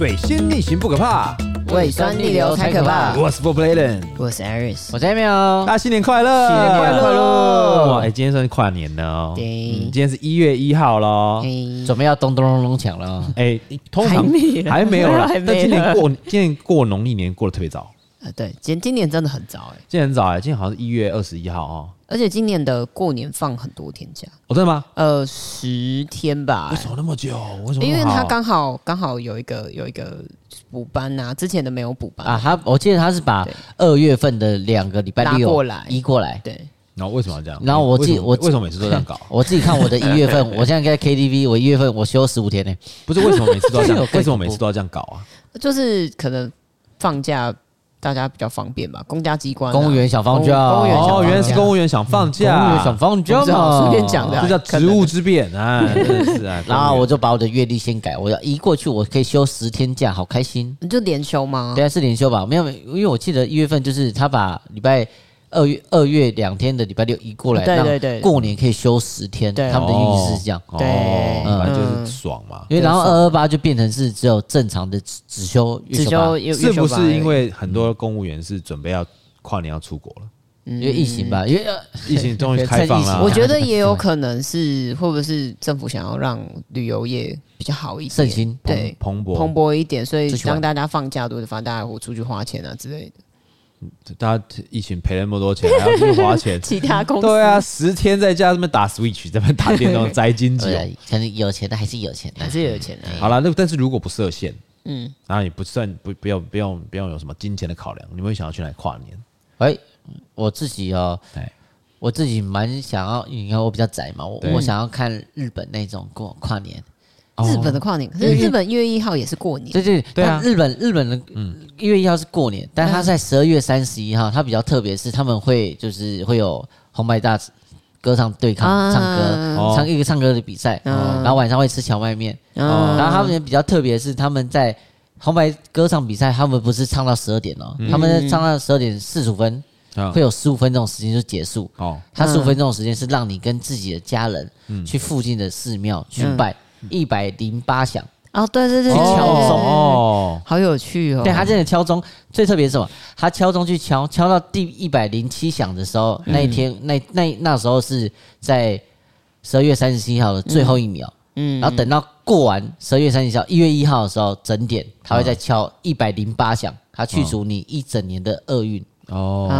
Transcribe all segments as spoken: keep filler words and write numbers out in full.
水星逆行不可怕， 胃酸逆流才可怕。 我是 For Playden， 我是 Aris， 我是 Emil， 大家新年快乐！ 新年快乐！ 哇，哎、欸，今天算是跨年了哦。 对、 嗯，今天是一月一号喽。 欸、 准备要咚咚咚咚抢了。 哎、欸，通常还没有啦，但今年过今年过农历年过得特别早。 呃，对，今今年真的很早哎、欸， 今年很早哎、欸，今年好像是一月二十一号哦。 而且今年的过年放很多天假。 哦，真的吗？ 呃，十天吧。 为什么那么久？为什么？ 因为他刚好刚好有一个有一个补班啊，之前的没有补班啊。他我记得他是把二月份的两个礼拜六过来移过来。 对。 然后为什么要这样？ 然后我自己我为什么每次都这样搞？ 我自己看我的一月份，我现在在 K T V， 我一月份我休十五天呢、欸。 不是为什么每次都要这样？为什么每次都要这样搞啊？ 就是可能放假。大家比较方便吧，公家机关、啊、 公务员想放假， 公务员想放假哦，原来是公务员想放假， 公务员想放假嘛， 随便讲的、啊， 这叫职务之便啊，真的是啊。 然后我就把我的月历先改，我要移过去，我可以休十天假，好开心。 你就连休吗？ 对啊，是连休吧？没有，因为我记得一月份就是他把礼拜二月二月两天的礼拜六移过来， 对对对， 过年可以休十天，他们的寓意是这样。 对， 反正就是爽嘛。 因为然后二二八就变成是只有正常的只休月休八， 是不是因为很多公务员是准备要跨年要出国了？ 因为疫情吧，因为疫情终于开放了。 我觉得也有可能是会不会是政府想要让旅游业比较好一点， 盛行， 对， 蓬勃蓬勃一点，所以让大家放假多，反正大家会出去花钱啊之类的。 大家疫情赔那么多钱，还要去花钱， 其他公司对啊，十天在家这边打 Switch， 这边打电动摘金鸡， 可能有钱的还是有钱的， 还是有钱的。 好了，那但是如果不设限， 嗯， 然后也不算不不用不用不用有什么金钱的考量，你们会想要去哪里跨年？ 哎，我自己哦，我自己蛮想要，你看我比较宅嘛，我我想要看日本那种过跨年。 日本的跨年，可是日本一月一号也是过年。 对对对啊， 日本日本的一月一号是过年，但他在十二月三十一号，他比较特别是他们会就是会有红白大歌唱对抗唱歌，唱一个唱歌的比赛，然后晚上会吃荞麦面，然后他们比较特别是他们在红白歌唱比赛，他们不是唱到十二点哦，他们唱到十二点四十五分。会有十五分钟时间就结束哦，他十五分钟的时间是让你跟自己的家人去附近的寺庙去拜。一百零八响哦，对对对， 去敲钟哦，好有趣哦。 对，他真的敲钟，最特别是什么？他敲钟去敲，敲到第一百零七响的时候，那一天那那那时候是在十二月三十七号的最后一秒，嗯，然后等到过完十二月三十七号一月一号的时候整点，他会再敲一百零八响，他去除你一整年的厄运。哦、okay ，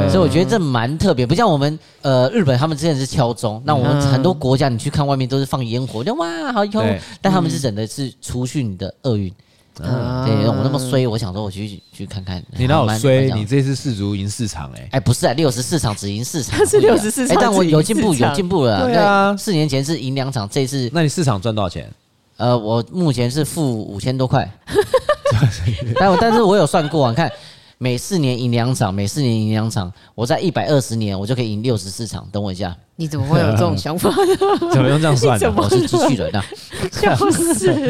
所以我觉得这蛮特别，不像我们呃日本他们之前是敲钟，那我们很多国家你去看外面都是放烟火，就哇好用，但他们是真的是除去你的厄运。嗯，对我那么衰，我想说我去去看看。 你那有衰？你这次世足赢四场哎、欸， 哎不是啊，六十四场只赢四场， 他是六十四场， 哎但我有进步有进步了。 对啊， 四年前是赢两场，这次那你四场赚多少钱？ 呃，我目前是负五千多块，但我但是我有算过，你看。每四年赢两场，每四年赢两场，我在一百二十年我就可以赢六十四场。等我一下， 你怎么会有这种想法呢？ 怎么用这样算的？ 我是机器人啊！ 就是，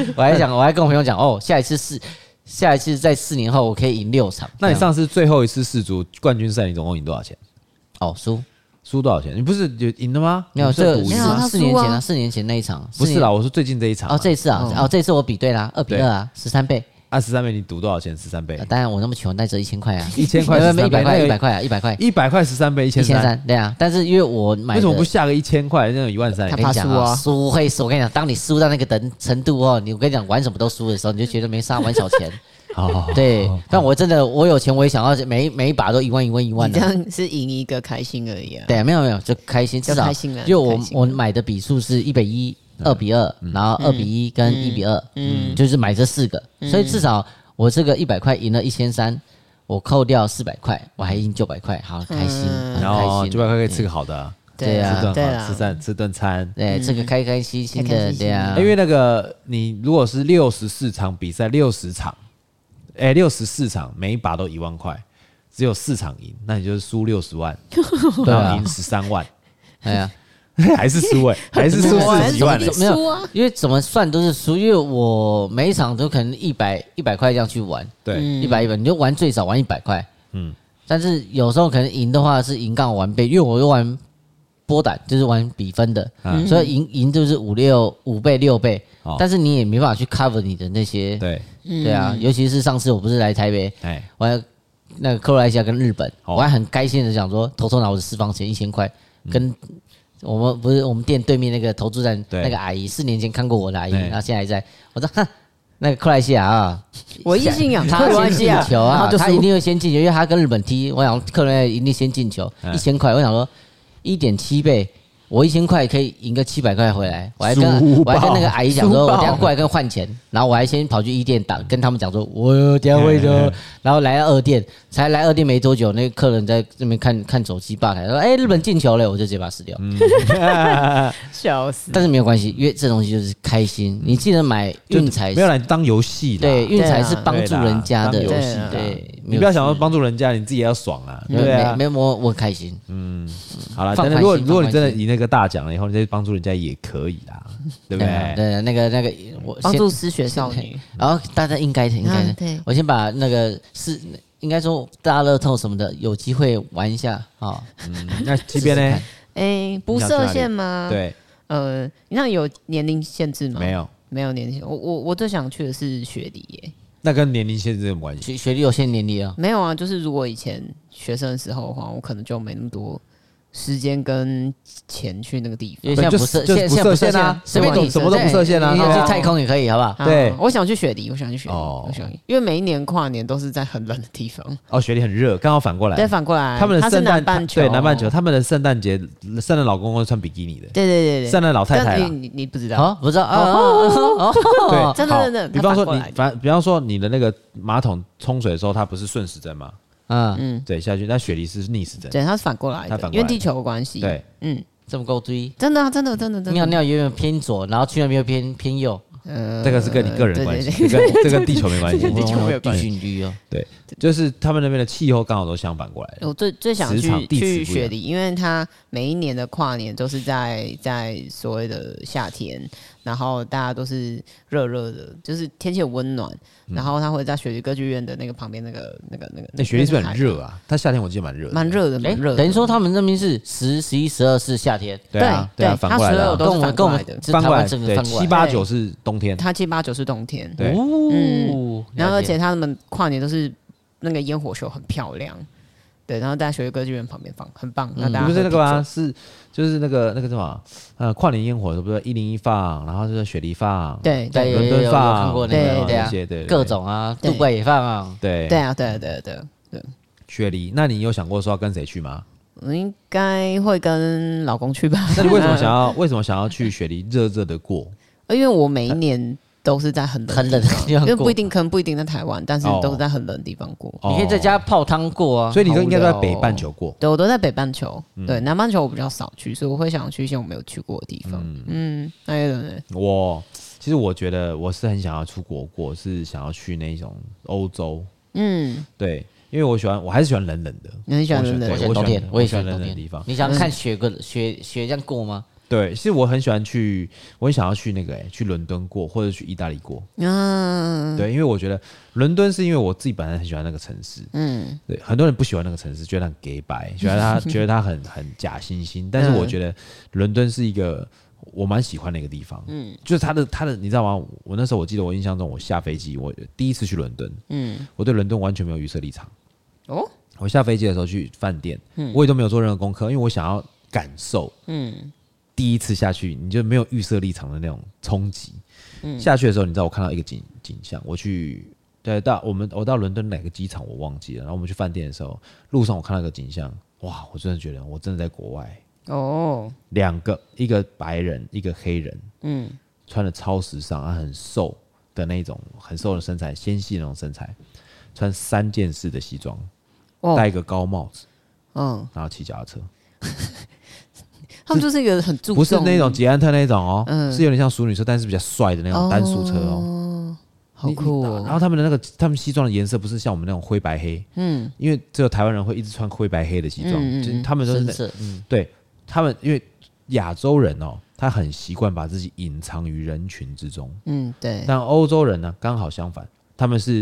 我还讲，我还跟我朋友讲，哦，下一次是下一次在四年后我可以赢六场。 那你上次最后一次世足冠军赛，你总共赢多少钱？ 哦，输输多少钱？你不是有赢了吗？ 没有，这没有四年前啊，四年前那一场不是啦，我说最近这一场。 哦，这一次啊，哦，这一次我比对啦，二比二啊，十三倍。 二十三倍，你赌多少钱？十三倍、 啊，当然我那么穷，带着一千块啊， 一千块， 一百块，一百块啊，一百块， 一百块十三倍，一千三， 对啊。但是因为我买， 为什么不下个一千块，那种一万三？ 他怕输啊， 输会输。我跟你讲，当你输到那个等程度哦，你我跟你讲，玩什么都输的时候，你就觉得没啥玩小钱。哦，对，但我真的，我有钱，我也想要每每一把都一万一万一万的。 你这样是赢一个开心而已啊。 对，没有没有，就开心，至少开心了。 因为我我买的比数是一比一、二比二，然后二比一跟一比二，嗯，就是买这四个，所以至少。我这个一百块赢了一千三，我扣掉四百块，我还赢九百块，好开心，很然后开心。 九百块可以吃个好的、啊， 对啊， 吃顿好吃饭吃顿餐， 对，这个开开心心的，对啊。 因为那个你如果是六十四场比赛，六十场，哎，六十四场，每一把都一万块，只有四场赢，那你就是输六十万，然后赢十三万， 哎呀。 还是输哎，还是输四十几万、欸， 没有，因为怎么算都是输，因为我每一场都可能一百一百块这样去玩， 对， 一百一百，你就玩最少玩一百块，嗯，但是有时候可能赢的话是赢刚好玩倍，因为我就玩波胆，就是玩比分的， 嗯所以赢赢就是五六五倍六倍， 哦但是你也没办法去 cover 你的那些， 对， 对啊，尤其是上次我不是来台北， 哎， 我还那个克罗埃西亚跟日本， 哦我还很开心的讲说，偷偷拿我的私房钱一千块，跟我们不是我们店对面那个投注站对那个阿姨，四年前看过我的阿姨， 对然后现在还在，我说哼。那个克罗埃西亚啊， 唯一信仰他克罗埃先进西亚， 球啊， 然后就输他一定会先进球，因为他跟日本踢，我想克罗埃一定先进球， 嗯一千块，我想说一点七倍，我一千块可以赢个七百块回来，我还跟输爆我还跟那个阿姨讲说， 输爆我等下过来跟换钱，然后我还先跑去一店打，跟他们讲说，我等下会的，然后来到二店，才来二店没多久，那个客人在这边看看手机吧台，说，哎，日本进球了，我就直接把它撕掉。 笑死。 但是没有关系，因为这东西就是开心，你记得买运彩没有来当游戏啦， 对，运彩是帮助对啦人家的当游戏啦对， 你不要想说帮助人家，你自己也要爽啊， 没有对啊没。没有我我很开心， 好了， 放但是如果宽心如果你真的放宽心赢那个大奖了以后，你再去帮助人家也可以啦，对不啊对？ 对，那个那个我先帮助失学少女， 然后大家应该的应该的， 啊对我先把那个是应该说大乐透什么的，有机会玩一下啊。 嗯，那这边呢？ 哎，不设限吗？， 对， 呃，你那有年龄限制吗？ 没，有， 没有年龄限制。我我我最想去的是雪梨耶。 那跟年龄限制有什么关系？ 学学历有限年龄啊， 没有啊，就是如果以前学生的时候的话，我可能就没那么多时间跟钱去那个地方。 因为现在不设， 就是现在现在不设限啊随便你什么都不设限啊你对啊去太空也可以，好不好？ 啊对我想去雪梨，我想去雪梨， 哦我想，因为每一年跨年都是在很冷的地方。 哦，雪梨很热，刚好反过来。 对，反过来， 他们的它是圣诞南半球， 对南半球，他们的圣诞节，圣诞老公公是穿比基尼的， 对对对对， 圣诞老太太啦但你你你不知道， 好，不知道啊啊啊啊！ 对，好真的真的比方说你它反过来的反，比方说你的那个马桶冲水的时候，它不是顺时针吗？ 嗯， 对，下去，那雪梨是逆时针。 对，它是反过来的， 它反过来因为地球有关系。 对， 嗯， 这么够追， 真的啊真的真的真的尿尿永远偏左，然后去那边又偏偏右， 呃这个是跟你个人关系， 对对这跟这跟地球没关系跟。地球没有关地系心率哦。 对，就是他们那边的气候刚好都相反过来的。 我最最想磁场去地磁不一样去雪梨，因为它每一年的跨年都是在在所谓的夏天，然后大家都是热热的，就是天气很温暖，然后它会在雪梨歌剧院的那个旁边那个那个那个。 那雪梨是不是那个海很热啊？它夏天我记得蛮热的。 蛮热的， 哎蛮热的。 等于说他们那边是十、十一、十二是夏天， 对啊，对啊， 对反过来的啊。 它所有都是跟我们跟我们反过来的， 是台湾翻过来，对， 整个翻过来七八九是冬天。 它七八九是冬天， 对哦， 然后而且了解他们跨年都是那个烟火秀很漂亮，对，然后在雪梨歌剧院旁边放，很棒。那大家你不是那个吗？ 喝啤酒？ 是就是那个那个什么呃跨年烟火，对不对？一零一放，然后就是雪梨放， 对对，有伦有有有敦放， 看过那对个对啊那些，对对各种啊， 对杜拜也放啊， 对对啊，对啊，对啊，对啊对啊， 雪梨。那你有想过说要跟谁去吗？ 我应该会跟老公去吧。 那你为什么想要为什么想要去雪梨热热的过？ 因为我每一年都是在很冷很冷的地因方过为不一定，可能不一定在台湾，但是都是在很冷的地方过。 哦你可以在家泡汤过啊。 所以你都应该都在好无聊哦北半球过。 对，我都在北半球，对，南半球我比较少去，所以我会想去一些我没有去过的地方。嗯，那有人我其实我觉得我是很想要出国过，是想要去那种欧洲。 嗯， 对，因为我喜欢，我还是喜欢冷冷的。 你很喜欢我喜冷冷的欢对我喜欢我喜欢冬天，我也喜欢冷冬天冷的地方。 你想看雪个雪雪这样过吗？ 对，其实我很喜欢去，我很想要去那个、欸，去伦敦过，或者去意大利过。 嗯对，因为我觉得伦敦是因为我自己本来很喜欢那个城市。 嗯对，很多人不喜欢那个城市，觉得它很 gay 白，觉得它觉得它很很假惺惺。但是我觉得伦敦是一个我蛮喜欢的一个地方。嗯，就是它的它的，你知道吗？我那时候我记得我印象中，我下飞机，我第一次去伦敦， 嗯， 我对伦敦完全没有预设立场。 哦， 我下飞机的时候去饭店，我也都没有做任何功课，因为我想要感受。 嗯第一次下去，你就没有预设立场的那种冲击。 嗯下去的时候，你知道我看到一个景景象，我去对到我们我到伦敦哪个机场我忘记了，然后我们去饭店的时候，路上我看到一个景象，哇！我真的觉得我真的在国外。 哦， 两个，一个白人，一个黑人， 嗯穿的超时尚，啊，很瘦的那种，很瘦的身材，纤细的那种身材，穿三件式的西装， 哦戴一个高帽子， 嗯， 然后骑脚踏车。 他们就是一个很注重， 不是那种捷安特那种哦， 嗯是有点像淑女车，但是比较帅的那种单速车哦。 好酷哦。 然后他们的那个他们西装的颜色不是像我们那种灰白黑， 嗯因为只有台湾人会一直穿灰白黑的西装， 嗯嗯嗯就是他们都是那深色，嗯， 对他们，因为亚洲人哦，他很习惯把自己隐藏于人群之中， 嗯，对， 但欧洲人呢刚好相反，他们是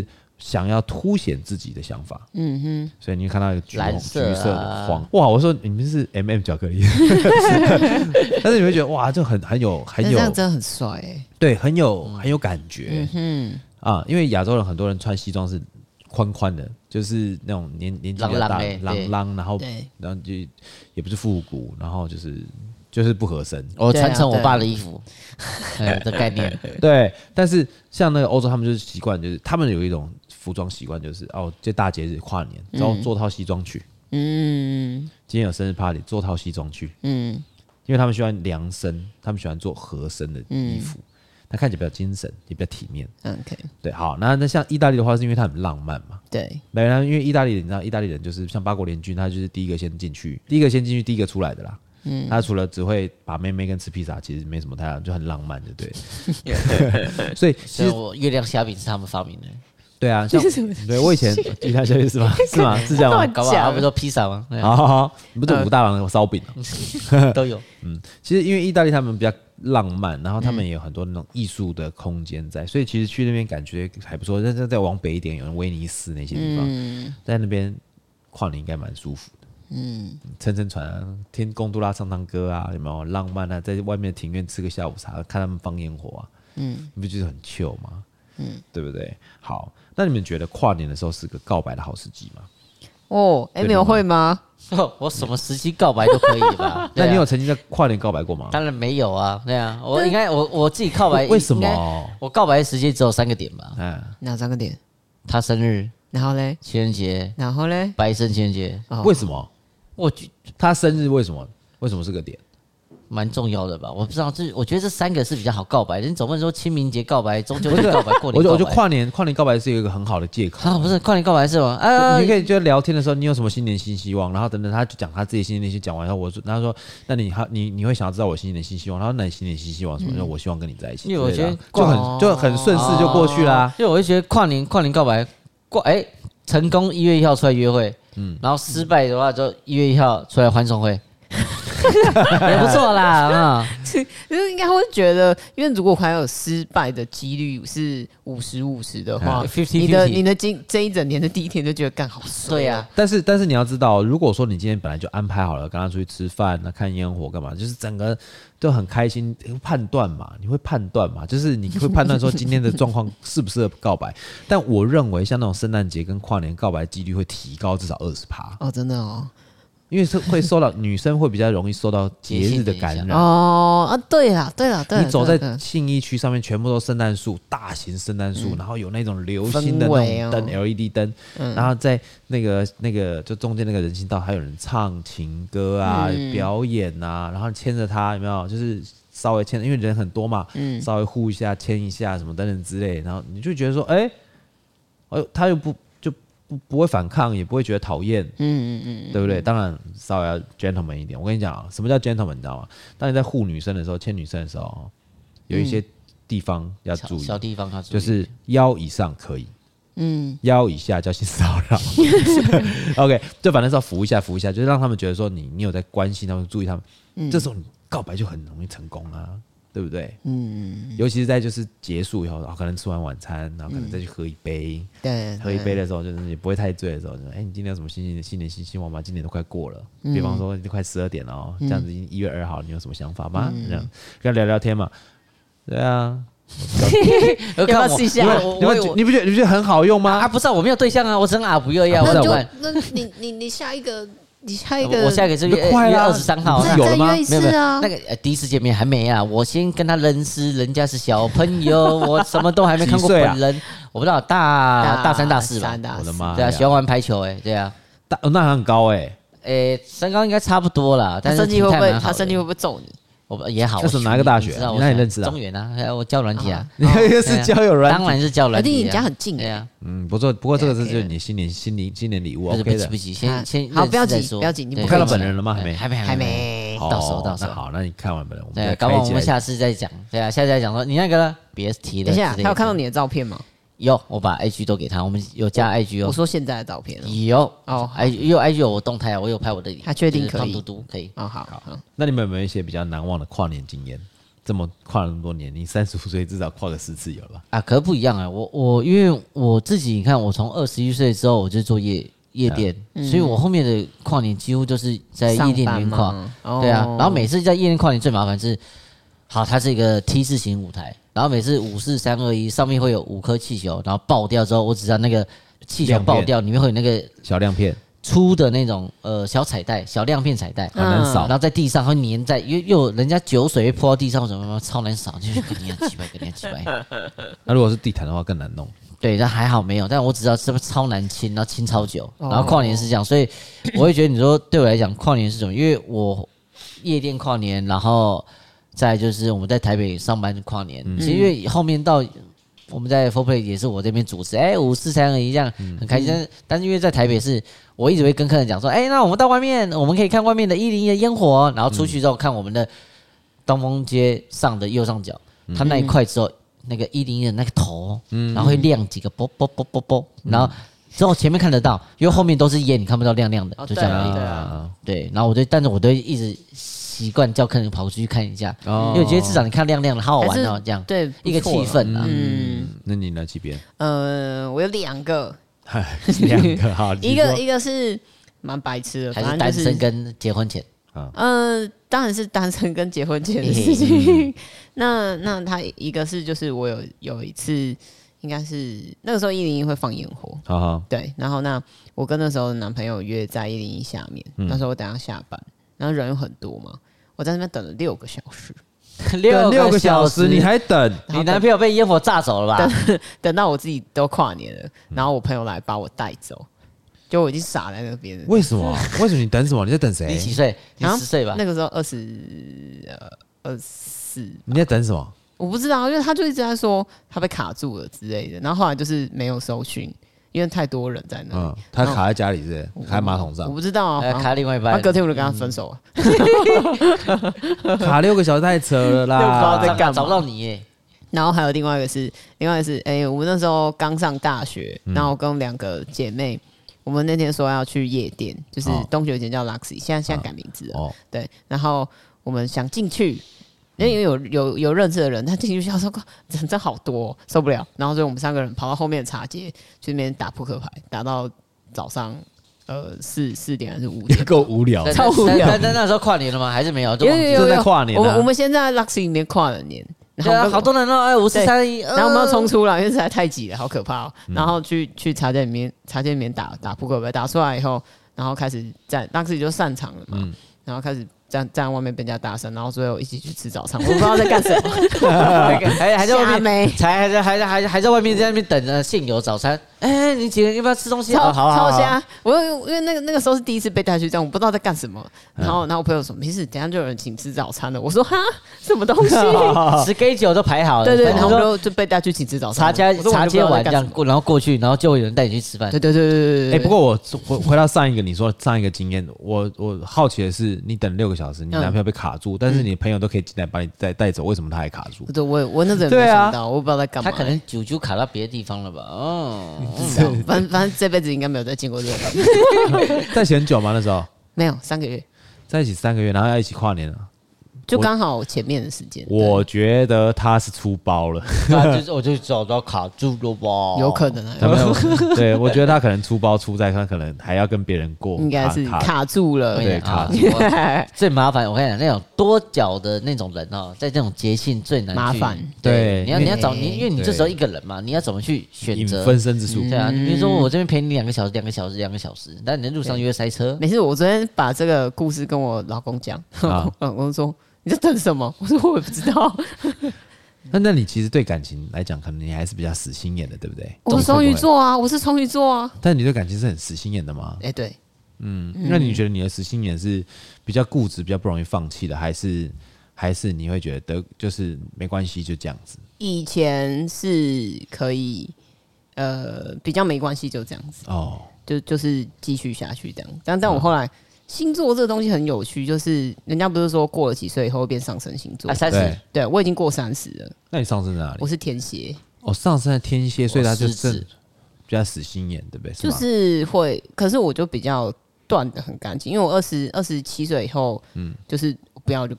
想要凸显自己的想法，嗯哼，所以你看到一个橘红、 蓝色啊橘色的黄，哇！我说你们是 M M 巧克力，但是你会觉得哇，就很很有很有， 这样真的很帅哎， 对，很有很有感觉， 嗯啊，因为亚洲人很多人穿西装是宽宽的，就是那种年年纪比较大，啷啷，然后然后就也不是复古，然后就是就是不合身， 我传承我爸的衣服，呃的概念， 对，但是像那个欧洲，他们就是习惯，就是他们有一种服装习惯，就是哦，这大节日跨年，然后做套西装去，嗯，今天有生日 party， 做套西装去，嗯，因为他们喜欢量身，他们喜欢做合身的衣服，它看起来比较精神，也比较体面。 OK， 对，好，那那像意大利的话，是因为它很浪漫嘛， 对， 没有，因为意大利人，你知道，意大利人就是像八国联军，他就是第一个先进去，第一个先进去，第一个出来的啦。嗯，他除了只会把妹妹跟吃披萨，其实没什么太就很浪漫，就对了。所以其实我月亮虾饼是他们发明的。 对啊，像对我以前月亮虾饼是吗？是吗？是这样吗？ 搞不好他不说披萨吗？ 好好好，不是武大郎的烧饼都有。 嗯，其实因为意大利他们比较浪漫，然后他们也有很多那种艺术的空间在，所以其实去那边感觉还不错。但是再往北一点，有威尼斯那些地方，在那边跨年应该蛮舒服的。嗯，乘乘船啊，听贡多拉唱唱歌啊，有没有浪漫啊？在外面的庭院吃个下午茶，看他们放烟火啊，嗯，你不觉得很 chill 吗？嗯，对不对？好，那你们觉得跨年的时候是个告白的好时机吗？ 哦 ，M L 会吗？ 我什么时机告白都可以吧？ 那你有曾经在跨年告白过吗？ 当然没有啊，对啊，我应该我我自己告白， 为什么？ 我告白的时间只有三个点吧？ 嗯， 哪三个点？ 他生日， 然后嘞， 情人节， 然后嘞， 白色情人节。 为什么？ 我觉他生日为什么？为什么是个点？ 蛮重要的吧？我不知道，这我觉得这三个是比较好告白的。你总不能说清明节告白、中秋节告白、过年告白。 我觉得跨年跨年告白是有一个很好的借口啊，不是跨年告白是吗？啊， 你可以就聊天的时候，你有什么新年新希望，然后等等他就讲他自己新年新讲完，然后我说，然后说，那你你你会想要知道我新年新希望，然后那你新年新希望什么？嗯、我希望跟你在一起。 因为我觉得就很就很顺势就过去啦。 因为我就觉得跨年跨年告白过，哎、欸，成功一月一号出来约会，嗯，然后失败的话就一月一号出来欢送会。也不错啦，啊、 嗯，就是应该会觉得，因为如果还有失败的几率是五十五十的话， 50 50 你的你的今这一整年的第一天就觉得干好衰。 对呀、啊， 但是但是你要知道，如果说你今天本来就安排好了，跟他出去吃饭、那看烟火干嘛，就是整个都很开心，判断嘛，你会判断嘛，就是你会判断说今天的状况适不适合告白。但我认为像那种圣诞节跟跨年告白几率会提高至少二十趴。 哦，真的哦。 因为是会受到女生会比较容易受到节日的感染哦啊，对啦对啦对啦， 你走在信义区上面，全部都圣诞树，大型圣诞树，嗯、然后有那种流星的那种灯、哦、L E D 灯，嗯、然后在那个那个就中间那个人行道，还有人唱情歌啊、嗯、表演啊，然后牵着他有没有？就是稍微牵，因为人很多嘛，嗯、稍微护一下、牵一下什么等等之类，然后你就觉得说，哎、欸，哎，他又不。不, 不会反抗，也不会觉得讨厌，嗯嗯嗯，对不对？当然稍微要 gentleman 一点。我跟你讲啊，什么叫 gentleman？ 你知道吗？当你在护女生的时候，牵女生的时候，有一些地方要注意， 小, 小地方要注意， 就是腰以上可以，嗯，腰以下叫性骚扰。OK， 就反正是要扶一下，扶一下，就是让他们觉得说你你有在关心他们，注意他们。嗯、这时候你告白就很容易成功啊。对不对？嗯，尤其是在就是结束以后，可能吃完晚餐，然后可能再去喝一杯， 对， 喝一杯的时候，就是也不会太醉的时候，就哎，你今天有什么新年新年新希望吗？今年都快过了，比方说快十二点了哦，这样子已经一月二号，你有什么想法吗？这样跟他聊聊天嘛，对啊。 要不要试一下？ 你不你不觉得你不觉得很好用吗？ 啊，不是，我没有对象啊，我真啊不要呀， 那就那你你你下一个。你下一个， 我下一个是月月二十三号， 有了吗？ 没有没有， 那个第一次见面还没啊，我先跟他认识，人家是小朋友，我什么都还没看过本人，我不知道大大三大四吧， 我的妈， 对啊，喜欢玩排球哎，对啊， 大那很高哎， 诶，身高应该差不多啦，但是身体会不会他身体会不会揍你？ 我也好， 这是哪个大学？你哪里认识的？ 中原啊，我交软体啊， 你也是交友软体， 当然是交软体。 而且你家很近对啊， 嗯，不错，不过这个是就是你新年新年新年礼物 ，OK 的。 不急，先先好，不要急，不要急，你看到本人了吗？还没， 还没， 还没， 到时候到时候。 好，那你看完本人， 对，搞完我们下次再讲。对啊，下次再讲说你那个呢，别提了。 等一下，他有看到你的照片吗？ 有，我把 I G 都给他，我们有加 I G 哦。 我说现在的照片有哦，I 有 I G 有我动态啊，我有拍我的脸。 他确定可以， 胖嘟嘟可以。 哦，好好。 那你们有没有一些比较难忘的跨年经验？ 这么跨了那么多年，你三十五岁至少跨个十次有了吧？ 啊，可是不一样啊！我我因为我自己，你看，我从二十一岁之后我就做夜夜店，嗯、所以我后面的跨年几乎都是在夜店里面跨。对啊，然后每次在夜店跨年最麻烦是，好，它是一个 T 字形舞台，然后每次五四三二一，上面会有五颗气球，然后爆掉之后，我只知道那个气球爆掉，里面会有那个小亮片。 粗的那种呃小彩带，小亮片彩带， 很难扫， 然后在地上会粘在，又又人家酒水会泼到地上，什么超难扫，就是跟你很奇怪，跟你很奇怪。 那如果是地毯的话更难弄。 对，但还好没有，但我只知道是不是超难清，然后清超久，然后跨年是这样，所以我会觉得你说对我来讲跨年是什么？因为我夜店跨年，然后再来就是我们在台北上班跨年，嗯、其实因为后面到。我们在 four play 也是我这边主持，哎、欸，五四三二一这样很开心。但是但是因为在台北是，我一直会跟客人讲说，哎、欸，那我们到外面，我们可以看外面的一零一的烟火，然后出去之后看我们的东风街上的右上角，它那一块之后，那个一零一的那个头，然后会亮几个啵啵啵啵啵，然后之后前面看得到，因为后面都是烟，你看不到亮亮的，就这样而已。 对啊， 对，然后我就，但是我都一直。习惯叫客人跑出去看一下，哦、因为我觉得至少你看亮亮的，好好玩哦，这样对一个气氛啊。 嗯，那你呢？几边？ 呃，我有两个， 两个好， 一个一个是蛮白痴的， 还是单身跟结婚前啊？呃，当然是单身跟结婚前的事情。那那他一个是就是我有有一次，应该是那个时候一零一会放烟火，好好对，然后那我跟那时候的男朋友约在一零一下面，嗯、那时候我等下下班。然后人有很多嘛，我在那边等了六个小时， 六六个小时你还等？ 你男朋友被烟火炸走了吧？ 等, 等到我自己都跨年了，然后我朋友来把我带走，就我已经傻在那边了。 为什么？为什么你等什么？你在等谁？ 你几岁？你十岁吧？ 那个时候二十呃二四。 你在等什么？ 我不知道，因为他就一直在说他被卡住了之类的，然后后来就是没有搜讯。因为太多人在那里，嗯、 他卡在家里是不是？卡在马桶上， 我不知道啊。 卡另外一半， 隔天我就跟他分手了。 卡六个小时太扯了啦， 不知道在干嘛， 找不到你耶。 然后还有另外一个是，另外一个是，哎、欸，我们那时候刚上大学，嗯、然后我跟两个姐妹，我们那天说要去夜店，就是东学以前叫 Luxy， 现在现在改名字了，哦、对。然后我们想进去。因为有有有认识的人，他进去就说：“人真好多、哦，受不了。”然后所以我们三个人跑到后面的茶街去那边打扑克牌，打到早上呃四四点还是五点， 够无聊， 超无聊。 但但那时候跨年了吗？还是没有？ 有有有在跨年、啊。 我们我们先在 Luxy 里面跨了年， 然后、啊、好多人哦，哎，五四三一， 然后我们要冲出来，因为实在太挤了，好可怕哦。嗯、然后去去茶街里面，茶街里面打打扑克牌，打出来以后，然后开始在 Luxy 就散场了嘛，嗯、然后开始。站站在外面被人家大声，然后最后一起去吃早餐，我不知道在干什么， 还还在外面，才还在还在还在还在外面在那边等着现有早餐。哎、欸，你几个人要不要吃东西？ 超好超瞎！我因为那个那个时候是第一次被带去这样，我不知道在干什么。然后然后我朋友说没事，等一下就有人请吃早餐了。我说哈，什么东西？ 十 K 九都排好了。 对对，然后就就被带去请吃早餐。 茶街茶街晚这样过，然后过去，然后就会有人带你去吃饭。 对对对对对对。 哎、欸，不过我回回到上一个你说上一个经验，我我好奇的是，你等六个小时，你男朋友被卡住，嗯、但是你朋友都可以进来把你再带走，为什么他还卡住？ 对，我我那时候没想到，啊、我不知道在干嘛。 他可能啾啾卡到别的地方了吧？哦， 反反正这辈子应该没有再见过这个。 在一起很久吗？那时候没有三个月， 在一起三个月，然后要一起跨年了。 就刚好前面的时间， 我觉得他是出包了， 那就是我就找到卡住了吧， 有可能啊， 有没有？对，我觉得他可能出包出在他可能还要跟别人过， 应该是卡住了， 对，卡住。 最麻烦，我跟你讲，那种多角的那种人哦，在这种节庆最难麻烦。 对，你要你要找你，因为你这时候一个人嘛，你要怎么去选择分身之术？ 对啊，比如说我这边陪你两个小时，两个小时，两个小时，但你在路上又会塞车。 没事，我昨天把这个故事跟我老公讲，老公说。你在等什么？我说我也不知道。 那那你其实对感情来讲，可能你还是比较死心眼的，对不对？ 我是双鱼座啊，我是双鱼座啊。 但你对感情是很死心眼的吗？ 哎、欸，对， 嗯，那你觉得你的死心眼是比较固执、比较不容易放弃的，还是还是你会觉得得就是没关系，就这样子？ 以前是可以，呃，比较没关系，就这样子哦，就就是继续下去这样。但但我后来。星座这个东西很有趣，就是人家不是说过了几岁以后会变上升星座啊？三十， 对我已经过三十了。 那你上升在哪里？ 我是天蝎。 哦，上升在天蝎，所以他就是比较死心眼，对不对？ 就是会，可是我就比较断得很干净，因为我二十二十七岁以后，嗯，就是不要就不要了。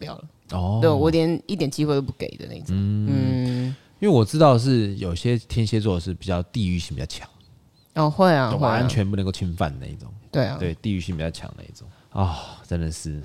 哦， 对我连一点机会都不给的那种。嗯，嗯因为我知道是有些天蝎座是比较地域性比较强， 哦，会啊，会啊完全不能够侵犯的那一种。 对啊， 对，地域性比较强的一种啊、哦，真的是。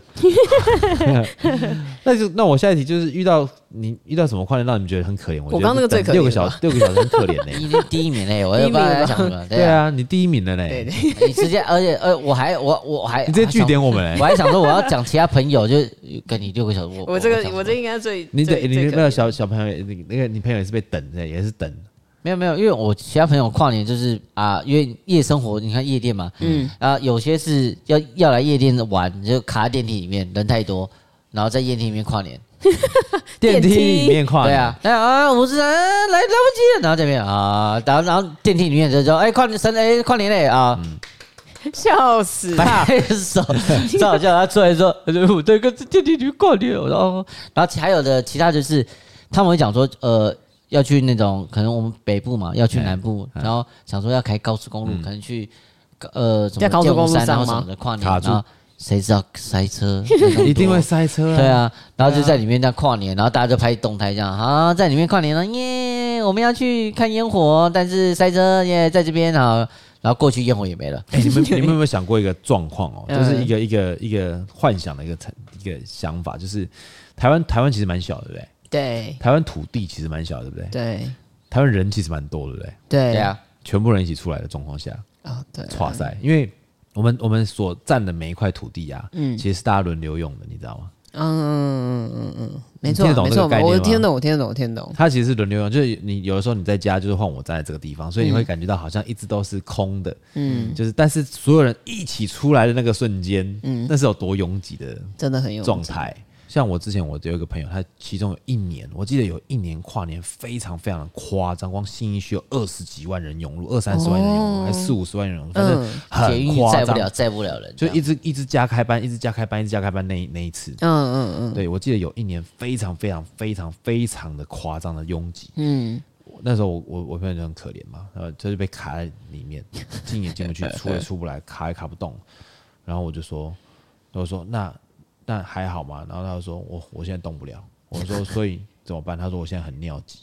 那就那我下一题就是遇到你遇到什么跨年让你们觉得很可怜？ 我刚刚那个最可怜， 六个小时六个小时很可怜呢、 欸。第一名嘞，我也不知道在讲什么。 对啊，你第一名了呢、欸。 对对， 你直接，而且呃，我还我我还你直接据点我们嘞、欸。 我还想说我要讲其他朋友，就跟你六个小时。我我这个我这应该最你最你那个小小朋友，那个你朋友也是被等的，也是等。 没有没有，因为我其他朋友跨年就是啊，因为夜生活，你看夜店嘛，嗯啊，有些是要要来夜店玩，就卡在电梯里面，人太多，然后在夜店里面跨年， 电梯里面跨年， 对啊，那啊五十人来来不及了，然后这边啊，然后然后电梯里面就说哎跨年神哎跨年嘞啊， 笑死， 拍手，最好笑他出来说，我在跟电梯里面跨年，然后然后还有的其他就是他们会讲说呃。要去那种可能我们北部嘛，要去南部，然后想说要开高速公路，可能去呃什么剑湖山然后什么的跨年，然后谁知道塞车， 一定会塞车啊。 对啊，然后就在里面这样跨年，然后大家就拍动态这样，好在里面跨年了耶，我们要去看烟火，但是塞车耶，在这边啊，然后过去烟火也没了。 哎，你们你们有没有想过一个状况哦？就是一个一个一个幻想的一个一个想法，就是台湾台湾其实蛮小的，对不对？ 对， 台湾土地其实蛮小，对不对？ 对， 台湾人其实蛮多，对不对？ 对， 对啊， 全部人一起出来的状况下， 啊，对， 哇塞，因为我们我们所占的每一块土地啊，嗯，其实是大家轮流用的，你知道吗？ 嗯嗯嗯嗯，没错， 听得懂这个概念吗？ 我听得懂，我听得懂，我听得懂。 它其实是轮流用，就是你有的时候你在家就是换我站在这个地方，所以你会感觉到好像一直都是空的，嗯，就是但是所有人一起出来的那个瞬间，嗯，那是有多拥挤的， 真的很拥挤状态。像我之前我有一个朋友，他其中有一年，我记得有一年跨年非常非常的夸张，光信义区有二十几万人涌入，二三十万人涌入，还四五十万人涌入，反正很夸张， 载不了载不了人， 就一直一直加开班，一直加开班，一直加开班那那一次，嗯嗯嗯，对我记得有一年非常非常非常非常的夸张的拥挤，嗯，那时候我我我朋友就很可怜嘛，然后就是被卡在里面，进也进不去，出也出不来，卡也卡不动，然后我就说，我说那。那还好嘛，然后他就说我我现在动不了，我说所以怎么办？他说我现在很尿急，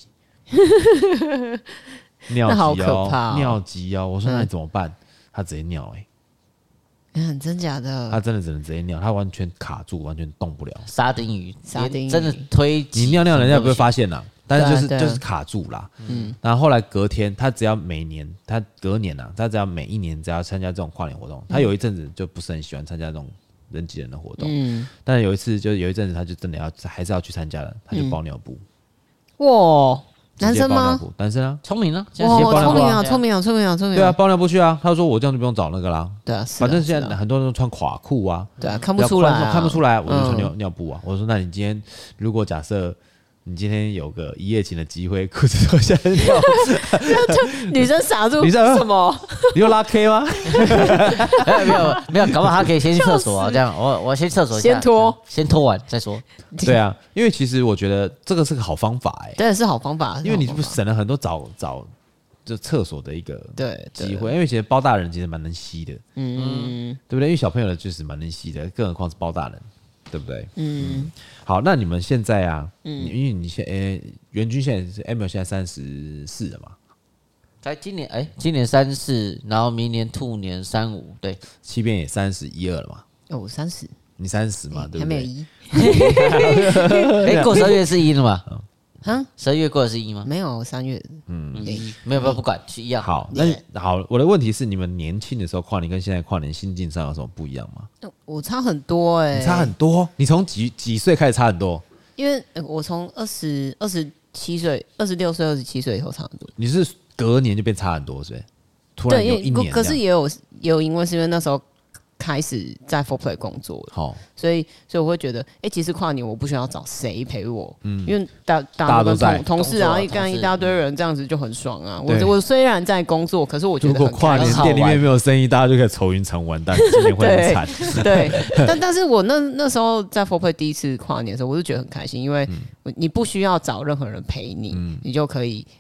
尿急哦，哦尿急哦。我说那你怎么办？嗯、他直接尿哎、 欸，嗯，真假的？ 他真的只能直接尿，他完全卡住，完全动不了。 沙丁鱼， 沙丁鱼真的推你尿尿，人家也不会发现啦，但是就是就是卡住啦。嗯，然后后来隔天，他只要每年，他隔年啊，他只要每一年只要参加这种跨年活动，他有一阵子就不是很喜欢参加这种。人挤人的活动，嗯，但是有一次，就有一阵子，他就真的要还是要去参加了，他就包尿布。 哇，男生吗？ 男生啊， 聪明啊， 哇，聪明啊，聪明啊，聪明啊，聪明。 对啊，包尿布去啊。他说我这样就不用找那个啦。 对啊， 反正现在很多人都穿垮裤啊。 对啊，看不出来， 看不出来，我就穿尿尿布啊。我说，那你今天如果假设。你今天有个一夜情的机会，裤子脱下来尿， 女生傻住， 女生什么？ 你又拉 K 吗？ 没有没有没有，搞不好他可以先去厕所啊，这样我我先厕所先脱， 先脱完再说。 对啊，因为其实我觉得这个是个好方法哎、欸， 真的是好方法， 因为你不省了很多找找就厕所的一个对机会，因为其实包大人其实蛮能吸的，嗯，对不对？因为小朋友的就是蛮能吸的，更何况是包大人。对不对？嗯，好，那你们现在啊，嗯，因为你现诶，元君现在是 Emil 现在三十四了嘛？ 才今年哎、欸，今年三四，然后明年兔年三五，对， 七边也三十一二了嘛？ 哦，三十， 你三十嘛？对不对？ 还没有一， 哎、欸，过十二月是一了嘛？ 啊， 十二月过的是一吗？ 没有，三月，嗯， 没有，不不管，是一样。 好，那好，我的问题是，你们年轻的时候跨年跟现在跨年心境上有什么不一样吗？ 我差很多哎、欸， 你差很多，你从几几岁开始差很多？ 因为我从二十二十七岁、二十六岁、二十七岁以后差很多。 你是隔年就变差很多，是不是？突然有一年， 可是也有也有因为是因为那时候。开始在 four play 工作了， 好， 所以所以我会觉得，哎、欸，其实跨年我不需要找谁陪我，嗯，因为大大家都在同事啊，一干一大堆人这样子就很爽啊。我我虽然在工作，可是我觉得如果跨年店里面没有生意，大家就可以愁云惨完蛋，今年会很惨。 对，但但是我那那时候在 four play 第一次跨年的时候，我就觉得很开心，因为你不需要找任何人陪你，嗯、你就可以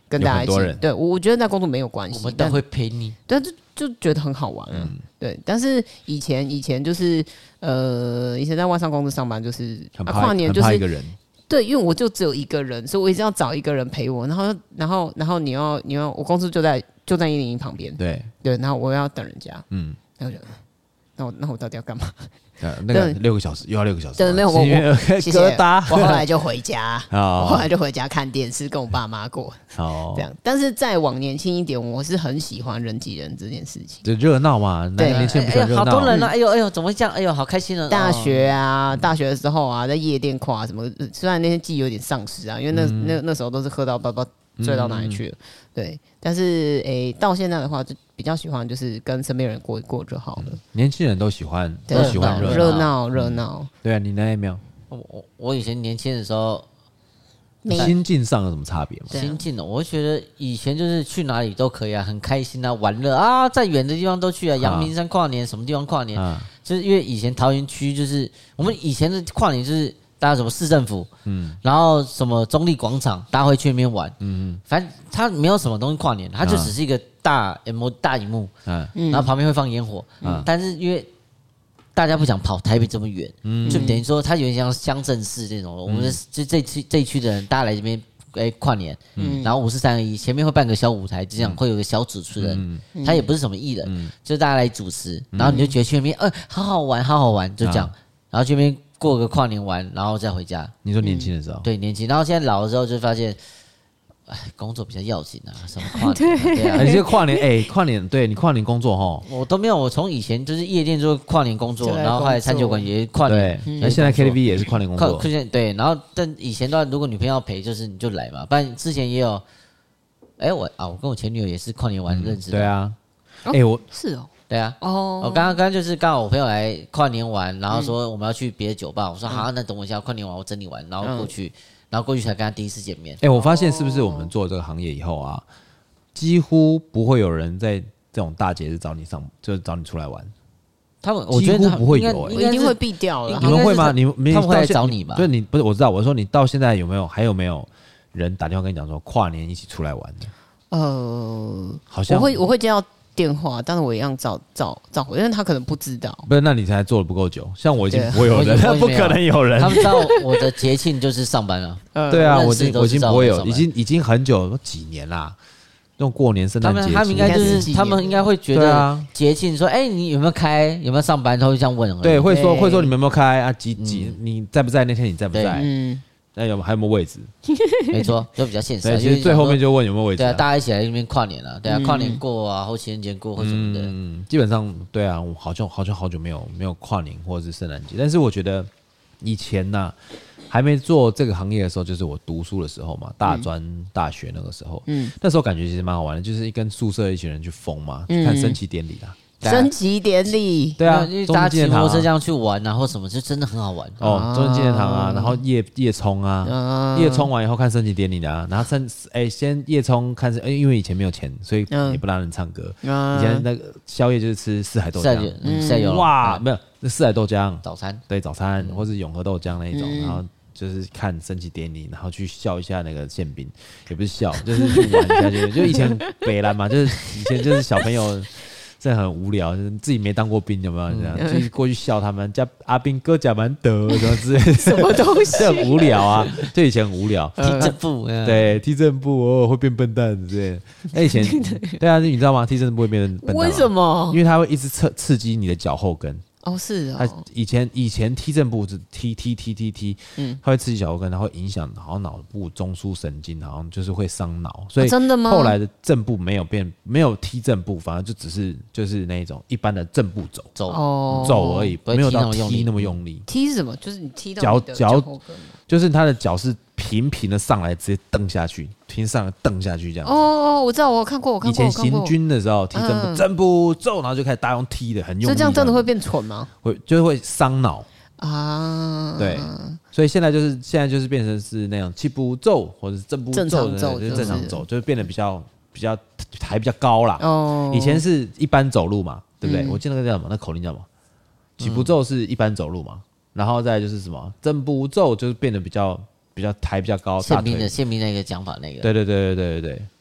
跟大家一起有很多人， 对我我觉得那工作没有关系，但我们都会陪你。 但就就觉得很好玩啊。 嗯对，但是以前以前就是呃，以前在外商公司上班，就是啊、 很怕跨年就是很怕一个人， 对，因为我就只有一个人，所以我一直要找一个人陪我，然后然后然后你要你要我公司就在就在一零一旁边， 对， 对，然后我要等人家， 嗯， 然后就那我那我到底要干嘛？ 呃，那个对六个小时又要六个小时吗， 对，没有我心里面我谢谢疙瘩， 我后来就回家， 哦我后来就回家看电视，跟我爸妈过哦这，样。但是再往年轻一点，我是很喜欢人挤人这件事情。 就热闹嘛，那对年轻人不喜哎呦， 欢热闹， 好多人啊！哎呦哎呦，怎么会这样？哎呦，好开心啊！ 大哦学啊，大学的时候啊，在夜店跨什么，虽然那天记忆有点丧失啊，因为那、 嗯那那时候都是喝到不知道醉到哪里去了，对。但是诶、到现在的话，就比较喜欢就是跟身边人过一过就好了， 年轻人都喜欢对都喜欢热闹， 闹热闹。 对啊，你呢有没有？ 我我我以前年轻的时候没心境上有什么差别吗？ 对啊心境的，我会觉得以前就是去哪里都可以啊，很开心啊，玩乐啊，在远的地方都去啊，阳明山跨年，什么地方跨年， 啊， 就是因为以前桃园区就是我们以前的跨年就是大家什么市政府，嗯，然后什么中立广场，大家会去那边玩，嗯，反正它没有什么东西跨年，它就只是一个大 M 大荧幕， 嗯， 然后旁边会放烟火， 嗯但是因为大家不想跑台北这么远，就等于说它有点像乡镇市这种，我们就这区这一区的人，大家来这边。哎，跨年，然后五四三二一，前面会办个小舞台，这样会有个小主持人，他也不是什么艺人，就是大家来主持，然后你就觉得去那边，呃，好好玩，好好玩，就这样，然后去那边过个跨年玩，然后再回家。 你说年轻的时候， 对，年轻，然后现在老了之后就发现，哎，工作比较要紧啊，什么跨年啊，对啊哎，，这个跨年，哎，跨年，对你跨年工作哈， 我都没有，我从以前就是夜店做跨年工作， 就在然后后来餐酒馆也跨对年，， 那现在 K T V 也是跨年工跨作， 现在对，然后但以前的话，如果女朋友要陪，就是你就来嘛，不然之前也有，哎，我啊，我跟我前女友也是跨年玩认识的， 对啊， 哦哎，我是哦， 对啊。 哦， 我刚刚刚刚就是刚好我朋友来跨年玩，然后说我们要去别的酒吧，我说好，那等我一下，跨年完我整理完，然后过去，然后过去才跟他第一次见面。 哎，我发现是不是我们做这个行业以后啊，几乎不会有人在这种大节日找你上，就是找你出来玩。 他们我觉得他几乎不会应该有欸我一定会避掉了应。 你们会吗？ 应该是你们他们会来到现找你吧对，你不是我知道，我说你到现在有没有还有没有人打电话跟你讲说跨年一起出来玩的？ 呃， 好像我会我会接到电话，但是我一样照照照回，因为他可能不知道。 不是，那你才做的不够久。像我已经对不会有人我已，经不可能有人他。们知道我的节庆就是上班了， 对啊， 认我已经我已识都是照经不会有， 上班已经已经很久几年啦。那种过年、圣他诞节， 们他们应该就应该是是他们应该会觉得对啊， 节庆说，哎，你有没有开？有没有上班？他会这样问而已。 对，会说对会说你们有没有开啊？几几你在不在？那天你在不在？ 嗯， 那有还有没有位置？ 没错，就比较现实啊。 对，其就是想说实最后面就问有没有位置对啊， 啊。 大家一起来那边跨年了，对啊，跨年过啊，或情人节过或什么的。 嗯，基本上对啊，我好像好像好久没有没有跨年或者是圣诞节，但是我觉得以前呐、还没做这个行业的时候，就是我读书的时候嘛，大专、大学那个时候，嗯，那时候感觉其实蛮好玩的，就是一跟宿舍一群人去疯嘛，去看升旗典礼啦。 对啊升旗典礼， 对啊，中因为大家骑正纪念堂啊， 摩托车这样去玩啊，或什么，就真的很好玩。 哦，中正纪念堂啊，然后夜夜冲啊，夜冲完以后看升旗典礼的啊，然后升哎先夜冲看是，哎因为以前没有钱，所以嗯也不让人唱歌， 嗯以前那个宵夜就是吃四海豆浆赛有，，嗯，赛有哇，没有，那四海豆浆， 早餐， 对早餐、或是永和豆浆那一种， 嗯然后就是看升旗典礼，然后去笑一下那个宪兵，也不是笑，就是去玩一下，就就以前北兰嘛，就是以前就是小朋友。真的很无聊，就是自己没当过兵，有没有这样？就是过去笑他们，叫阿兵哥贾蛮德什么之类的，什么东西？很无聊啊，就以前很无聊。 踢正步，嗯， 对，踢正步哦，会变笨蛋之类的。那以前，对啊，你知道吗？踢正步会变笨蛋吗， 为什么因？为它会一直刺刺激你的脚后跟。 哦，是它哦， 以前以前踢正步是踢踢踢踢踢， 嗯它会刺激脚后跟，然后会影响好像脑部中枢神经，好像就是会伤脑，所以啊真的吗后来的正步没有变，没有踢正步，反而就只是就是那一种一般的正步走走， 哦， 走而已， 不会没有到踢那么用力踢那么用力， 踢是什么？就是你踢到脚你的脚脚后跟吗就是他的脚是平平的上来，直接蹬下去，平上来蹬下去这样子。 哦哦，我知道，我看过，我看过， 以前行我看过。 军的时候踢正步， 嗯正步走，然后就开始大用踢的，很用力。 所以这样真的会变蠢吗？ 会就是会伤脑。 啊， 对，所以现在就是现在就是变成是那样七步走或者是正步正走的， 常走就是就是正常走，就是变得比较比较还比较高啦。 哦， 以前是一般走路嘛，对不对？ 嗯我记得那个叫什么？那口令叫什么？起步骤是一般走路嘛，然后再来就是什么正步骤，就是变得比较比较抬比较高，大腿宪兵的。宪兵那个讲法那个， 对对对对对对对，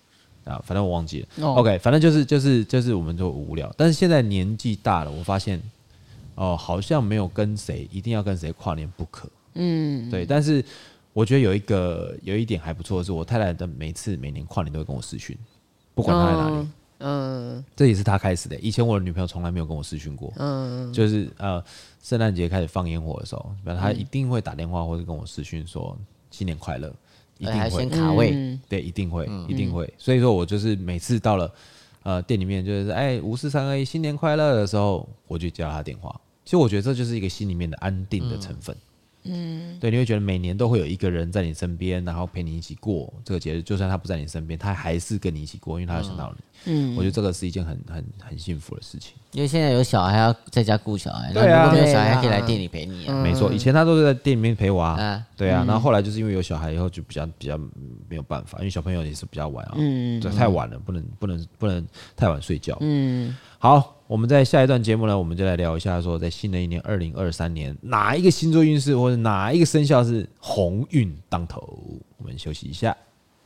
啊，反正我忘记了。 哦 OK， 反正就是就是就是我们就无聊，但是现在年纪大了，我发现哦、呃，好像没有跟谁一定要跟谁跨年不可。嗯，对，但是我觉得有一个有一点还不错的是，我太太的每次每年跨年都会跟我视讯，不管她在哪里。嗯嗯，这也是他开始的。以前我的女朋友从来没有跟我视讯过，嗯，就是呃，圣诞节开始放烟火的时候，她一定会打电话或者跟我视讯说新年快乐，一定会先卡位， 嗯、 对，一定会，一定会。所以说我就是每次到了呃店里面，就是哎五四三二一新年快乐的时候，我就接到她电话。其实我觉得这就是一个心里面的安定的成分。嗯，对，你会觉得每年都会有一个人在你身边，然后陪你一起过这个节日，就算他不在你身边，他还是跟你一起过，因为他要想到你。嗯，我觉得这个是一件很很很幸福的事情。 因为现在有小孩要在家顾小孩， 对啊， 如果没有小孩还可以来店里陪你、啊。 没错，以前他都是在店里面陪我啊，啊对啊。然后后来就是因为有小孩以后，就比较比较没有办法，因为小朋友也是比较晚啊，嗯，对，太晚了，不能不能不能太晚睡觉。嗯，好。我们在下一段节目呢，我们就来聊一下，说在新的一年二零二三年，哪一个星座运势或者哪一个生肖是鸿运当头？我们休息一下。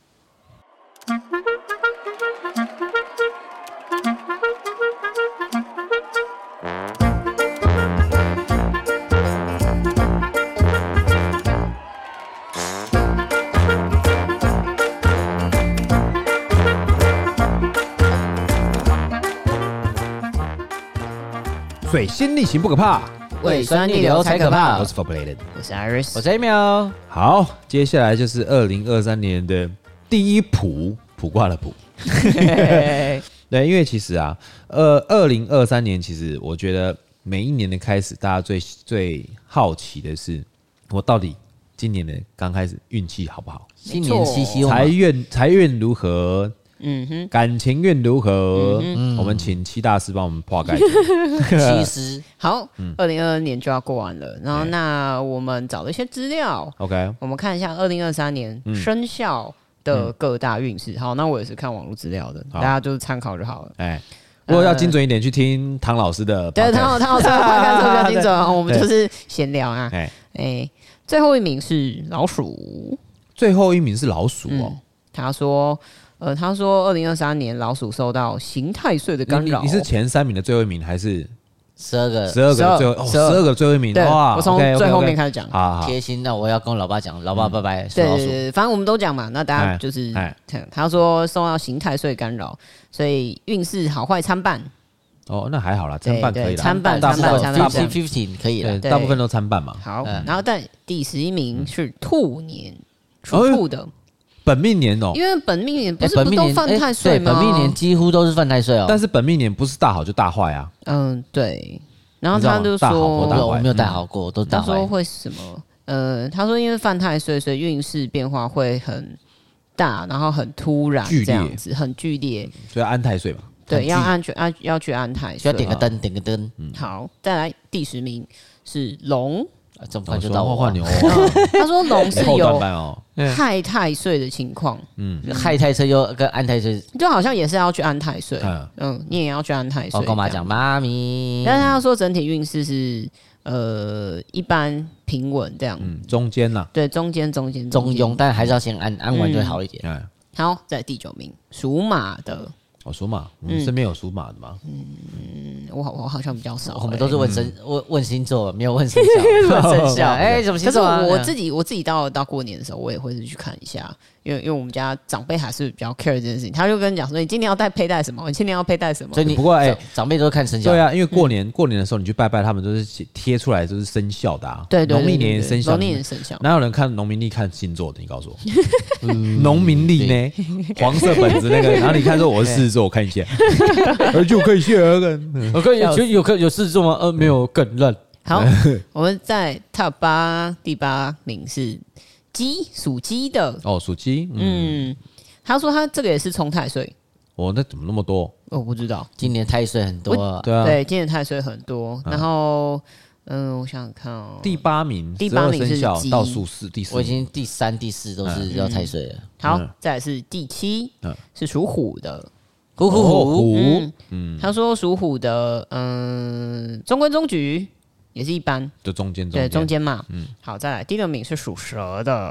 水星逆行不可怕， 胃酸逆流才可怕。 我是 Forbladed， 我是 Iris， 我是 Emil。 好，接下来就是二零二三年的第一卜，卜卦的卜。对，因为其实啊，呃，二零二三年其实我觉得每一年的开始，大家最最好奇的是，我到底今年的刚开始运气好不好？ 新年希希望， 财运财运如何？嗯哼，感情运如何？嗯、我们请七大师帮我们破盖。 七师好，二零二二年就要过完了，然后那我们找了一些资料 ，OK， 我们看一下二零二三年生肖的各大运势。好，那我也是看网络资料的，大家就是参考就好了。 哎，如果要精准一点，去听唐老师的。 对，唐唐老师的 podcast 比较精准，我们就是闲聊啊。哎哎，最后一名是老鼠， 最后一名是老鼠哦。 他说。呃，他说，二零二三年老鼠受到刑太岁的干扰。 你, 你是前三名的最后一名，还是十二个？ 十二个最后，十二个最后一名。 对， 哇， 我从最后面开始讲。 好， 贴心。那我要跟老爸讲，老爸拜拜。 对对对，反正我们都讲嘛。那大家就是，他说受到刑太岁干扰，所以运势好坏参半。 哦，那还好啦，参半可以啦。 参半，参半，参半 ，fifty fifty 可以了。 大部分都参半嘛。 好，然后但第十一名是兔年，属兔的。 本命年哦， 因为本命年不是不都犯太岁吗？ 对，本命年几乎都是犯太岁哦。 但是本命年不是大好就大坏啊。 嗯，对。然后他就说， 我没有大好过，都大坏。 他说会什么？呃，他说因为犯太岁，所以运势变化会很大，然后很突然，这样子很剧烈， 所以安太岁嘛。 对，要安去安要去安太岁， 要点个灯，点个灯。 好，再来第十名是龙。 这么快就到我牛、 他说龙是有哦害太岁的情况， 嗯，害太岁又跟安太岁， 就好像也是要去安太岁，嗯，你也要去安太岁。 我跟妈讲，妈咪， 但是他说整体运势是呃一般平稳这样， 嗯，中间呐， 对，中间中间中庸，但还是要先安安完就好一点。 嗯， 好，在第九名属马的。 哦，属马，我们身边有属马的吗？ 嗯，我我好像比较少、欸， 我们都是问生问问星座，没有问生肖，问生肖。哎，什么星座、啊？ 可是我自己我自己到到过年的时候，我也会是去看一下，因为因为我们家长辈还是比较 care 这件事情，他就跟你讲说，你今年要带佩戴什么？你今年要佩戴什么？ 所以你不过哎、欸， 长辈都是看生肖。 对啊，因为过年、嗯、过年的时候你去拜拜，他们都是贴出来就是生肖的啊。 对对对， 农历年生肖， 农历年生肖， 哪有人看农民历看星座的？你告诉我，农民历呢？黄色本子那个，然后你看说我是狮子座，我看一下。而且我可以谢尔根， 我可以有有有有狮子座吗？呃，没有，更烂。 好，我们在 Top 八第八名是鸡，属鸡的哦，属鸡。 嗯，他说他这个也是冲太岁。 哦，那怎么那么多？ 我不知道， 今年太岁很多。 对啊， 对，今年太岁很多。然后，嗯，我想想看哦， 第八名， 第八名是鸡， 倒数四，第四， 我已经第三、第四都是要太岁了。 好，再来是第七，是属虎的。 虎虎虎， 嗯，嗯他说属虎的，嗯，中规中矩，也是一般， 就中间， 对，中间嘛。嗯，好，再来第六名是属蛇的，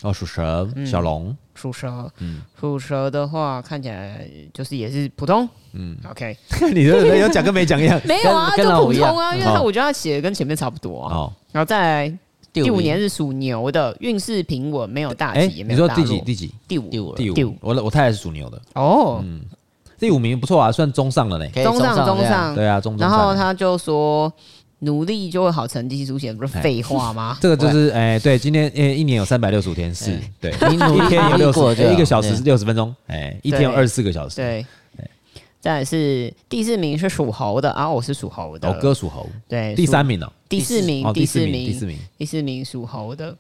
哦，属蛇，小龙， 属蛇，嗯，属蛇的话看起来就是也是普通，嗯 ，OK， 你这有讲跟没讲一样， 没有啊，就跟跟老虎一样普通啊，因为他我觉得他写的跟前面差不多啊。 哦， 然后再来第五第五年是属牛的，运势平稳，没有大哎， 吉，也没有大你说第几？ 落。 第几？ 第五， 第五了第五。 第五我的我太太是属牛的， 哦， 第五名不错啊，算中上了呢。 可以中上中这样上， 对啊，中中然上。 后他就说努力就会好成绩出现，不是废话吗？ 这个就是哎，对，今天呃一年有三百六十五天是，对， 你努力一天有努力六十， 过就好一个小时对六十分钟，哎，一天有二十四个小时。 对。再来是第四名是属猴的啊，我是属猴的， 哦，哥属猴。 对， 第三名哦， 第四名， 哦，第四名， 名， 第四名， 第四名属猴的，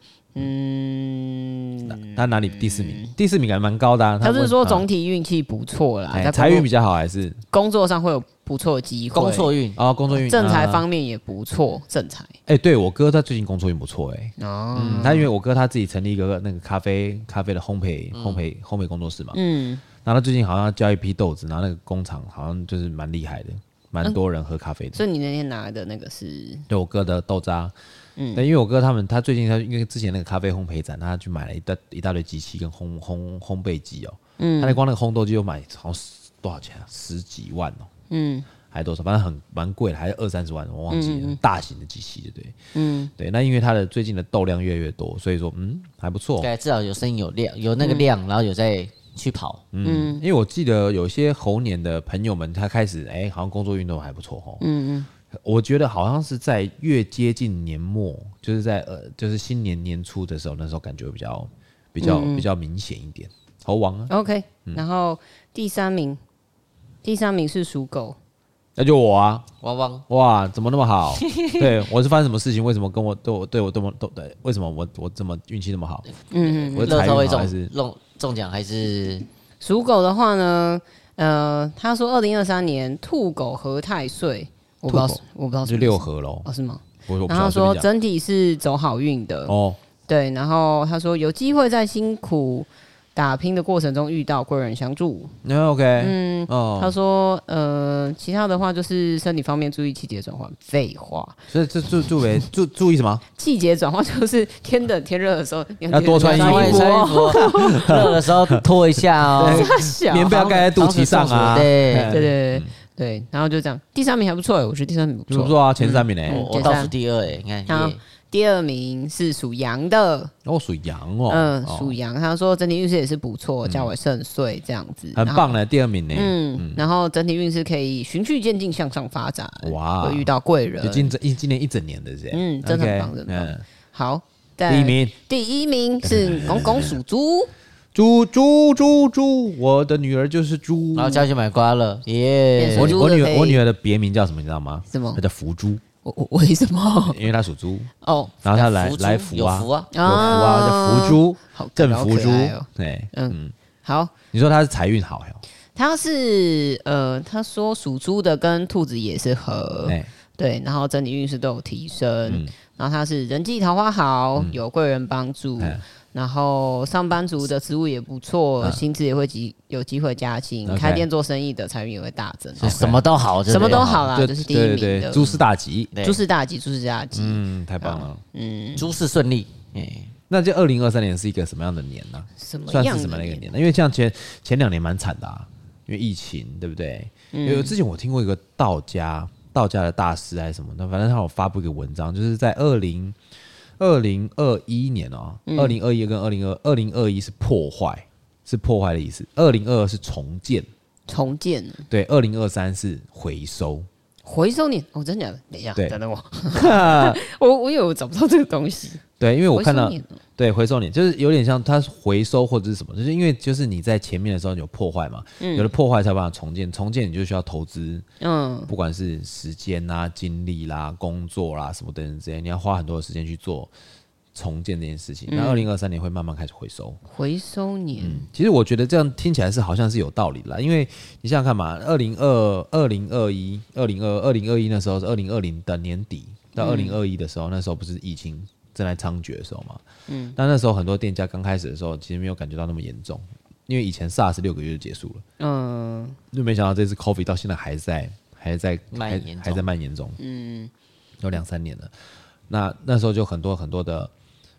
嗯， 他哪里第四名？第四名感觉蛮高的啊。 他是说总体体运气不错啦，在财运比较好还是工作上会有不错的机会， 工作运哦，工作运正财啊方面也不错，正财哎，对我哥他最近工作运不错哎。 哦， 嗯，他因为我哥他自己成立一个那个咖啡咖啡的烘焙烘焙烘焙工作室嘛， 嗯， 然后他最近好像交一批豆子，然后那个工厂好像就是蛮厉害的，蛮多人喝咖啡的。 所以你那天拿的那个是对我哥的豆渣，嗯，对，因为我哥他们他最近他因为之前那个咖啡烘焙展，他去买了一大一大堆机器跟烘烘烘焙机哦，嗯，他那光那个烘豆机就买好像多少钱啊？十几万哦， 嗯还多少？反正很蛮贵的，还是二三十万，我忘记了。 嗯大型的机器，对不对？ 嗯， 对，那因为他的最近的豆量越来越多，所以说嗯还不错。 对，至少有生意有量，有那个量，然后有在去跑。 嗯，因为我记得有些猴年的朋友们，他开始哎、好像工作运动还不错哦。嗯嗯，我觉得好像是在越接近年末，就是在呃，就是新年年初的时候，那时候感觉比较比较、比较明显一点。猴王啊， OK，然后第三名，第三名是属狗， 那就我啊， 汪汪， 哇，怎么那么好？对我是发生什么事情？为什么跟我对我对我这么都对？为什么我我这么运气那么好？ 嗯， 我的财乐透会运好还是中中中奖还是属狗的话呢，呃，他说二零二三年兔狗合太岁，我不知道兔狗， 我不知道就六合喽？ 哦，是吗？ 我我不然后他晓得随便讲说整体是走好运的， 哦， 对，然后他说有机会在辛苦打拼的过程中遇到贵人相助。 那 OK， 嗯， 哦， 他说呃，其他的话就是身体方面注意季节转换。废话， 所以这注注为注注意什么？ 季节转换就是天冷天热的时候你要多穿衣服穿衣服哦，热的时候脱一下哦。 太小， 棉被要盖在肚脐上啊。 对对对对对，然后就这样。第三名还不错，我觉得第三名不错。 不错啊，前三名呢？ 嗯我我倒数第二哎，你看好耶， 第二名是属羊的， 哦，属羊哦， 嗯， 哦属羊。他说整体运势也是不错，较为顺遂这样子，然后很棒呢，第二名呢。 嗯，然后整体运势可以循序渐进向上发展， 哇会遇到贵人就。今这一今年一整年的这样， 嗯真的很棒 OK， 真的很棒嗯， 好，再第一名， 第一名是公公属猪， 猪猪猪猪，我的女儿就是猪。 然后家去买瓜了耶属猪我我女的可以儿我女儿的别名叫什么？你知道吗？ 什么她叫福猪， 我我为什么？ 因为她属猪， 哦， 然后她来福猪来福啊， 有福啊， 有福啊，叫福猪， 好正福猪好可爱哦。 对， 嗯，好， 你说她是财运好哟？ 他是呃，他说属猪的跟兔子也是合， 哎， 对，然后整体运势都有提升， 嗯然后他是人际桃花好，有贵人帮助， 哎然后上班族的职务也不错，薪资也会机有机会加薪， OK 开店做生意的财运也会大增， 就什么都好， 什么都好啦， 就就是第一名对对对， 的， 诸事大吉， 对诸事大吉，诸事大吉， 嗯，太棒了。 嗯， 诸事顺利。哎， 那这二零二三年是一个什么样的年呢？ 什么算是样的年？ 什么样的一个年呢？因为像前前两年蛮惨的啊，因为疫情，对不对？因为之前我听过一个道家道家的大师还是什么的，反正他有发布一个文章，就是在二零二零二一年哦，二零二一跟二零二二零二一是破坏，是破坏的意思；二零二二是重建， 重建对；二零二三是回收。 回收年，哦，真的假的？等一下， 对等等我，我我以为我找不到这个东西， 对，因为我看到回收年哦对回收年就是有点像它回收或者是什么，就是因为就是你在前面的时候有破坏嘛，有了破坏才有办法重建，重建你就需要投资， 嗯不管是时间啦、精力啦、工作啦什么等等之类，你要花很多的时间去做重建这件事情。那二零二三年会慢慢开始回收。 回收年， 其实我觉得这样听起来是好像是有道理的啦，因为你想想看嘛，二零二二零二一、二零二二零二一那时候是二零二零的年底到二零二一的时候，那时候不是疫情正在猖獗的时候嘛，嗯，但那时候很多店家刚开始的时候，其实没有感觉到那么严重，因为以前 SARS 六个月就结束了， 嗯就没想到这次 COVID 到现在还在还在蔓延中还还在蔓延中， 嗯有两三年了。那那时候就很多很多的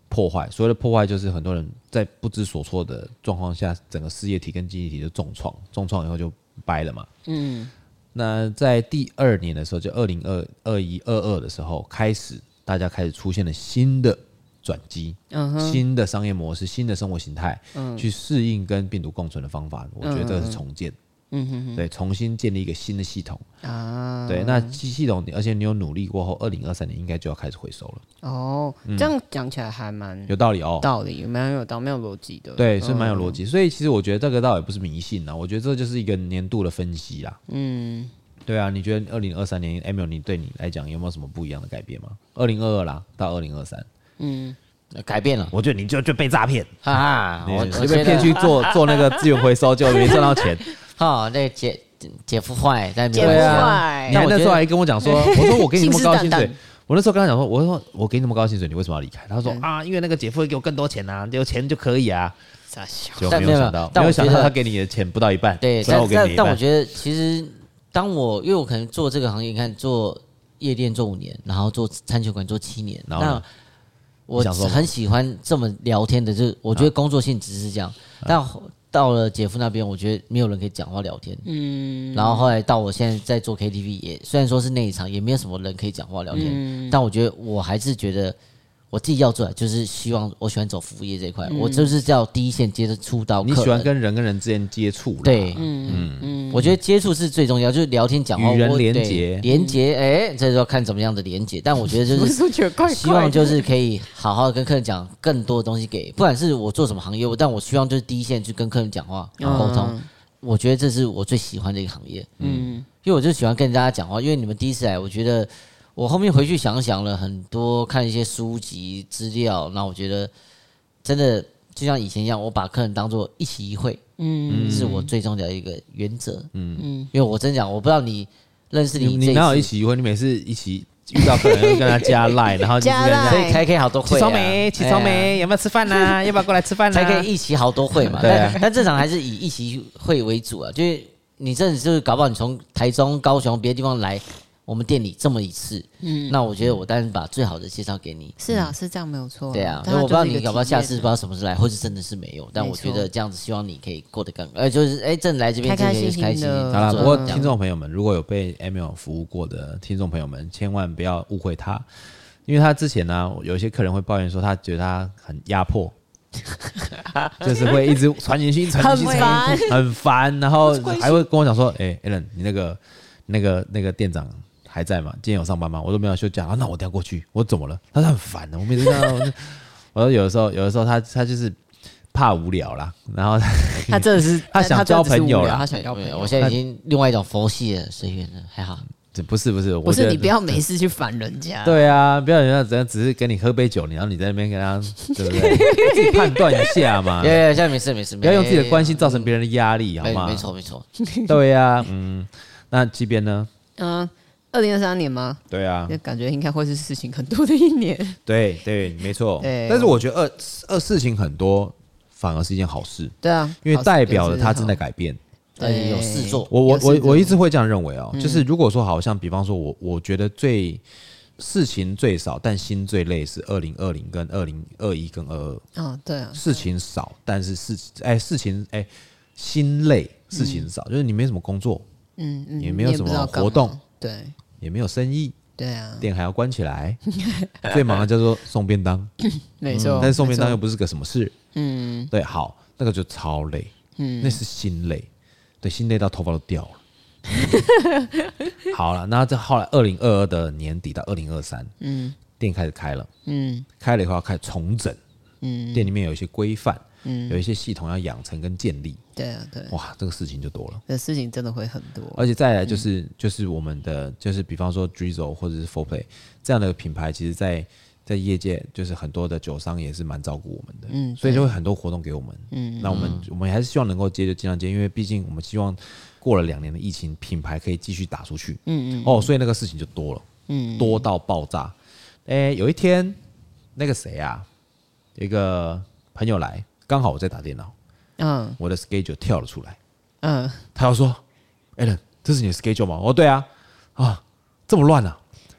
破坏。所谓的破坏，就是很多人在不知所措的状况下，整个事业体跟经济体就重创，重创以后就掰了嘛。嗯，那在第二年的时候，就二零二二一二二的时候，开始大家开始出现了新的转机，嗯、新的商业模式、新的生活形态，嗯、去适应跟病毒共存的方法。我觉得这个是重建。嗯哼哼，对，重新建立一个新的系统啊。对，那系统，而且你有努力过后，二零二三年应该就要开始回收了。 哦，嗯、这样讲起来还蛮有道理哦， 道理蛮有道，蛮有逻辑的。 对，是蛮有逻辑。嗯、所以其实我觉得这个倒也不是迷信啊，我觉得这就是一个年度的分析啦。嗯，对啊，你觉得二零二三年 Emil 你对你来讲有没有什么不一样的改变吗？二零二二啦，到二零二三， 嗯。改变了， 我觉得你就就被诈骗， 哈哈，我就被骗去做做那个资源回收，就没赚到钱。 哦，那姐姐夫坏，在姐夫坏， 你还那时候还跟我讲说，我说我给你那么高薪水，我那时候跟他讲说，我说我给你那么高薪水，你为什么要离开？他说啊，因为那个姐夫会给我更多钱啊，有钱就可以啊。 傻笑， 就没有想到，没有想到他给你的钱不到一半， 对，但但但我觉得其实当我因为我可能做这个行业，你看做夜店做五年，然后做餐酒馆做七年，然后。我很喜欢这么聊天的，就是我觉得工作性质是这样，啊、但到了姐夫那边，我觉得没有人可以讲话聊天。嗯，然后后来到我现在在做 K T V， 也虽然说是内场，也没有什么人可以讲话聊天，嗯、但我觉得我还是觉得我自己要做，就是希望我喜欢走服务业这一块，嗯、我就是叫第一线接触到客人。 你喜欢跟人跟人之间接触？ 对，嗯嗯，我觉得接触是最重要，就是聊天讲话， 与人连结， 连结，哎、欸，这就要看怎么样的连结。但我觉得就是希望就是可以好好跟客人讲更多的东西给，不管是我做什么行业，但我希望就是第一线去跟客人讲话沟通。嗯、我觉得这是我最喜欢的一个行业，嗯，因为我就喜欢跟大家讲话。因为你们第一次来，我觉得。我后面回去想想了很多，看一些书籍资料，那我觉得真的就像以前一样，我把客人当作一期一会，嗯，是我最重要的一个原则，嗯嗯，因为我真讲，我不知道你认识你， 你哪有一期一会？你每次一起遇到客人会跟他加 line， 然后就跟他可以开可以好多会、啊， 起床没？起床没？哎、有没有吃饭啊？要不要过来吃饭啊？ 才可以一起好多会嘛，对、啊，但但正常还是以一期会为主啊，就是你真的就是搞不好你从台中、高雄别的地方来。我们店里这么一次，嗯，那我觉得我当然把最好的介绍给你。 是啊，是这样没有错。 对啊，因为我不知道你搞不好下次不知道什么时候来，或是真的是没有。但我觉得这样子，希望你可以过得更，呃，就是哎，真的来这边开开心心的。 开心好了，不过听众朋友们，如果有被 Emil 服务过的听众朋友们，千万不要误会他，因为他之前呢、啊，有一些客人会抱怨说，他觉得他很压迫。就是会一直传简讯，传简讯，很烦，然后还会跟我讲说：“哎、欸、，Alan， 你那个、那个、那个店长还在吗？今天有上班吗？”我说没有休假，啊、那我等下过去。我说怎么了？他说很烦的，我每次看到，我说有的时候，有的时候他他就是怕无聊啦，然后 他, 他真的是他想交朋友啦， 他想交朋友。 我现在已经另外一种佛系了，随缘了，还好。 不是不是， 不是你不要没事去烦人家。 对啊，不要人家只只是跟你喝杯酒，然后你在那边跟他，对不对？自己判断一下嘛。 对对，现在没事没事， 不要用自己的关系造成别人的压力，好吗？ 没错没错。 对啊，嗯，那这边呢？ 嗯，二零二三年吗？ 对啊， 感觉应该会是事情很多的一年。 对对，没错。但是我觉得二二事情很多，反而是一件好事。 对啊， 因为代表了他正在改变。 对，有事做。 我我我我一直会这样认为哦，嗯、就是如果说好像比方说我我觉得最事情最少但心最累是二零二零跟二零二一跟二二。 哦，对啊， 事情少，但是事哎事情哎心累，事情少，嗯、就是你没什么工作，嗯嗯，也没有什么活动， 对， 也没有生意。 对啊， 店还要关起来，最忙的叫做送便当， 没错、嗯。 但是送便当又不是个什么事，嗯，对，好，那个就超累，嗯，那是心累。对，心累到头发都掉了。好了，那这后来二零二二的年底到二零二三，嗯，店开始开了，嗯，开了以后要开始重整，嗯，店里面有一些规范，嗯，有一些系统要养成跟建立。 对啊，对， 哇，这个事情就多了， 这事情真的会很多。 而且再来就是、嗯、就是我们的就是比方说 Drizzle 或者是 four play 这样的品牌，其实在在业界就是很多的酒商也是蛮照顾我们的，嗯，所以就会很多活动给我们，嗯，那我们、嗯、我们还是希望能够接就尽量接，因为毕竟我们希望过了两年的疫情，品牌可以继续打出去，嗯嗯，哦，所以那个事情就多了，嗯，多到爆炸。哎、欸，有一天那个谁啊，有一个朋友来，刚好我在打电脑，嗯，我的 schedule 跳了出来，嗯，他要说 ，Alan， 这是你的 schedule 吗？我说对啊，啊，这么乱啊。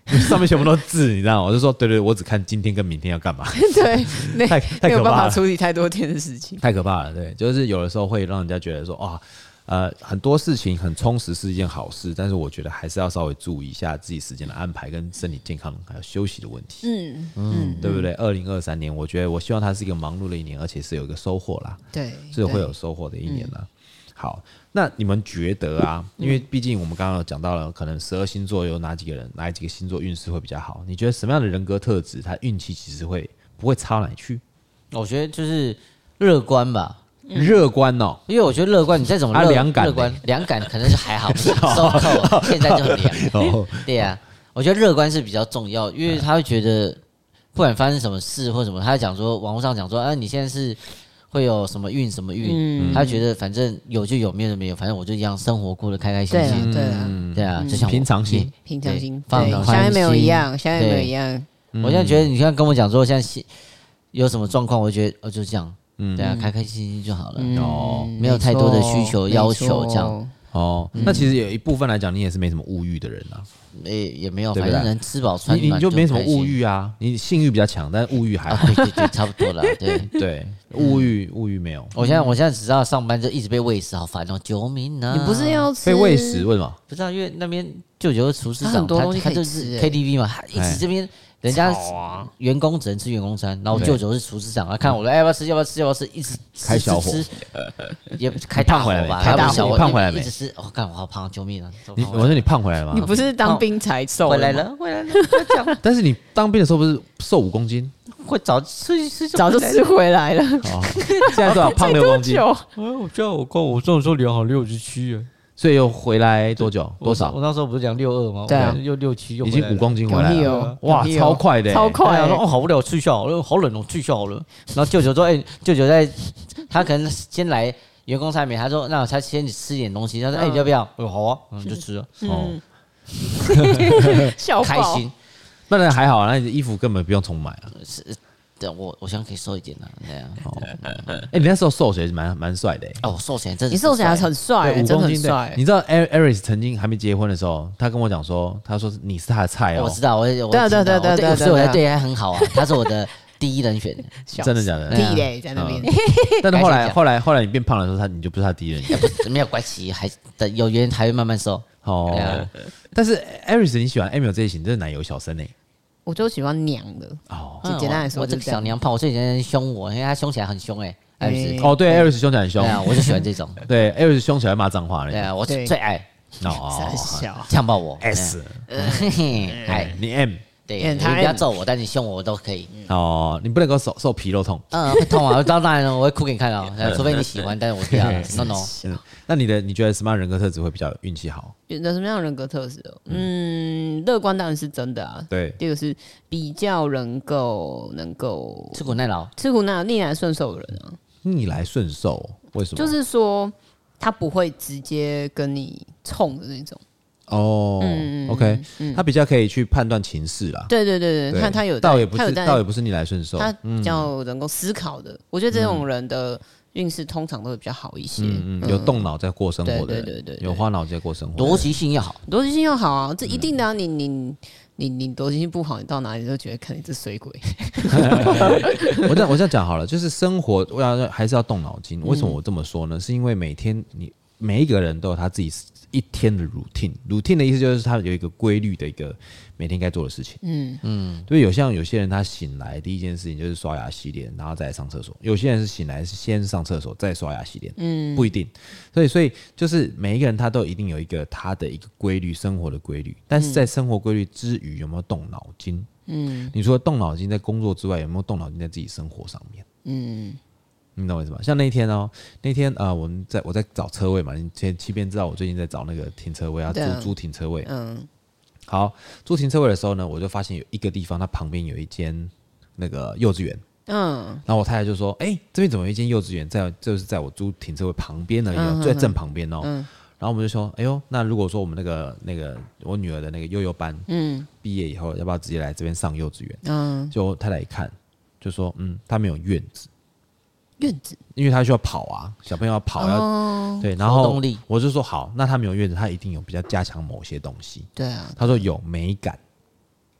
上面全部都是字，你知道吗？我就说对对，我只看今天跟明天要干嘛。 对，没太太没有办法可怕了， 处理太多天的事情。 太可怕了。对，就是有的时候会让人家觉得说，哇，呃，很多事情很充实是一件好事，但是我觉得还是要稍微注意一下自己时间的安排跟身体健康还有休息的问题。 嗯嗯，对不对？二零二三年，我觉得我希望它是一个忙碌的一年，而且是有一个收获啦， 对， 是会有收获的一年啦。好，那你们觉得啊？因为毕竟我们刚刚有讲到了，可能十二星座有哪几个人，哪几个星座运势会比较好？你觉得什么样的人格特质，他运气其实会不会差哪里去？ 我觉得就是乐观吧。 乐观哦， 因为我觉得乐观，你再怎么啊乐凉感呢乐观，凉感可能是还好，收扣现在就很凉。 哦， 对呀、啊，我觉得乐观是比较重要，因为他会觉得不管发生什么事或什么，他会讲说网络上讲说，啊，你现在是会有什么运什么运，他觉得反正有就有，没有就没有，反正我就一样生活过得开开心对心。 啊对啊， 对啊，就像我平常心也平常心， 放对， 宽相爱没有心一样，相爱没有对一样。 我现在觉得，你现在跟我讲说，现在是有什么状况，我就觉得哦，就这样，对啊，开开心心就好了。 哦没有太多的需求要求这样没错哦，那其实有一部分来讲，你也是没什么物欲的人啊， 也也没有， 对不对反正能吃饱穿你暖你就没什么很开心物欲啊，你性欲比较强，但是物欲还啊， 好。 对对对，差不多了。对， 对，物欲物欲没有， 我现在我现在只知道上班就一直被喂食，好烦哦！救命啊！ 你不是要吃被喂食，为什么？ 不知道，因为那边舅舅是厨师长， 他很多东西他他就可以吃是欸 K T V 嘛，他一哎直这边人家吵啊员工只能吃员工餐，然后我对舅舅是厨师长，他看我说哎要不要吃要不要吃要不要吃，一直吃开小火吃吃也开大火吧， 开大火小火你胖回来没一直吃，我看我好胖，救命啊！ 你我说你胖回来了吗？ 你不是当兵才瘦回来吗， 了，回来了，不要讲但是你当兵的时候不是瘦五公斤？ 会早吃吃早就吃回来了。 哦，现在多少？胖六公斤， 久？ 哎，我叫我跟我这种时候量好六十七， 所以又回来多久？多少？ 我那时候不是量六二吗？ 对啊又六七，又已经五公斤回来了有力哦， 哇， 有力哦超快的欸， 超快对啊，说哦好无聊，去校好了，好冷哦，去校好了。然后舅舅说，哎、舅舅在，他可能先来员工餐没，他说那他先吃点东西，他说哎、你要不要？我说好啊，嗯，就吃了， 哦， 笑爆开心。 那那还好啊，那你衣服根本不用重买啊。 对，我我希望可以瘦一点的，对啊。 哦，哎，你那时候瘦起来蛮蛮帅的欸。 哦，我瘦起来真的你瘦起来很帅， 对，五真的公斤对很帅。 你知道 Aris 曾经还没结婚的时候，他跟我讲说，他说你是他的菜哦我知，道，我我对啊对啊知道对啊对啊对啊我所以我对啊才对他很好啊，他是我的第一人选。 笑真的假的？ 对啊地嘞在那边， 但是后来该先讲后来后来你变胖的时候，他你就不是他第一人选不是没有关系，还等有缘还会慢慢瘦。对哦啊。 但是 Aris 你喜欢 Emil 这一型，这是奶油小生哎。 我就喜欢娘的。 哦就简单来说嗯我这个就是这样小娘炮，我最近人凶我，因为他凶起来很凶哎，艾瑞斯。 哦，对，Aris 凶起来很凶对，啊，我就喜欢这种。 对，Aris 凶起来骂脏话那种。 对啊，我对最爱哦三小， 呛爆我。 S， 嘿嘿，哎， 你 M 对， 嗯他你不要 M 揍我，但你凶我我都可以。 哦，你不能够受受皮肉痛。 嗯，会痛啊！当然了，我会哭给你看哦，除非你喜欢，但是我不要。No no， 嗯，那你的你觉得什么样的人格特质会比较运气好？ 有什么样的人格特质哦？嗯，乐观当然是真的啊。 对， 第二个是比较能够能够吃苦耐劳。 吃苦耐劳、逆来顺受的人啊， 逆来顺受，为什么？ 就是说他不会直接跟你冲的那种。 哦嗯 ，OK，他比较可以去判断情势啦。 对对对对， 对他他有在倒也不是他有在倒也不是逆来顺受， 他比较能够思考的。我觉得这种人的运势通常都会比较好一些。 嗯嗯，有动脑在过生活的人， 对对对对对有花脑在过生活的人， 逻辑性要好。 逻辑性要好啊，这一定的啊！你你你你逻辑性不好，你到哪里都觉得可能是水鬼。 我这样我这样讲好了，就是生活我要还是要动脑筋。为什么我这么说呢？是因为每天你每一个人都有他自己一天的 routine，routine 的意思就是他有一个规律的一个每天该做的事情。嗯嗯，对，有像有些人他醒来第一件事情就是刷牙洗脸，然后再来上厕所；有些人是醒来是先上厕所再刷牙洗脸，嗯，不一定。所以所以就是每一个人他都一定有一个他的一个规律，生活的规律。但是在生活规律之余，有没有动脑筋？嗯，你除了动脑筋在工作之外，有没有动脑筋在自己生活上面？嗯。你懂我意思吗？像那天哦，那天呃，我们在我在找车位嘛，你前七边知道我最近在找那个停车位，要租租停车位。嗯，好，租停车位的时候呢，我就发现有一个地方，它旁边有一间那个幼稚园。嗯，然后我太太就说：“哎、欸，这边怎么有一间幼稚园在？就是在我租停车位旁边而已、哦，就在正旁边哦。嗯”然后我们就说：“哎呦，那如果说我们那个那个我女儿的那个幼幼班，嗯，毕业以后要不要直接来这边上幼稚园？”嗯，就我太太一看就说：“嗯，他没有院子。” 院子， 因为他需要跑啊，小朋友要跑要、哦、对，然后我就说好，那他没有院子，他一定有比较加强某些东西。 对啊， 他说有美感，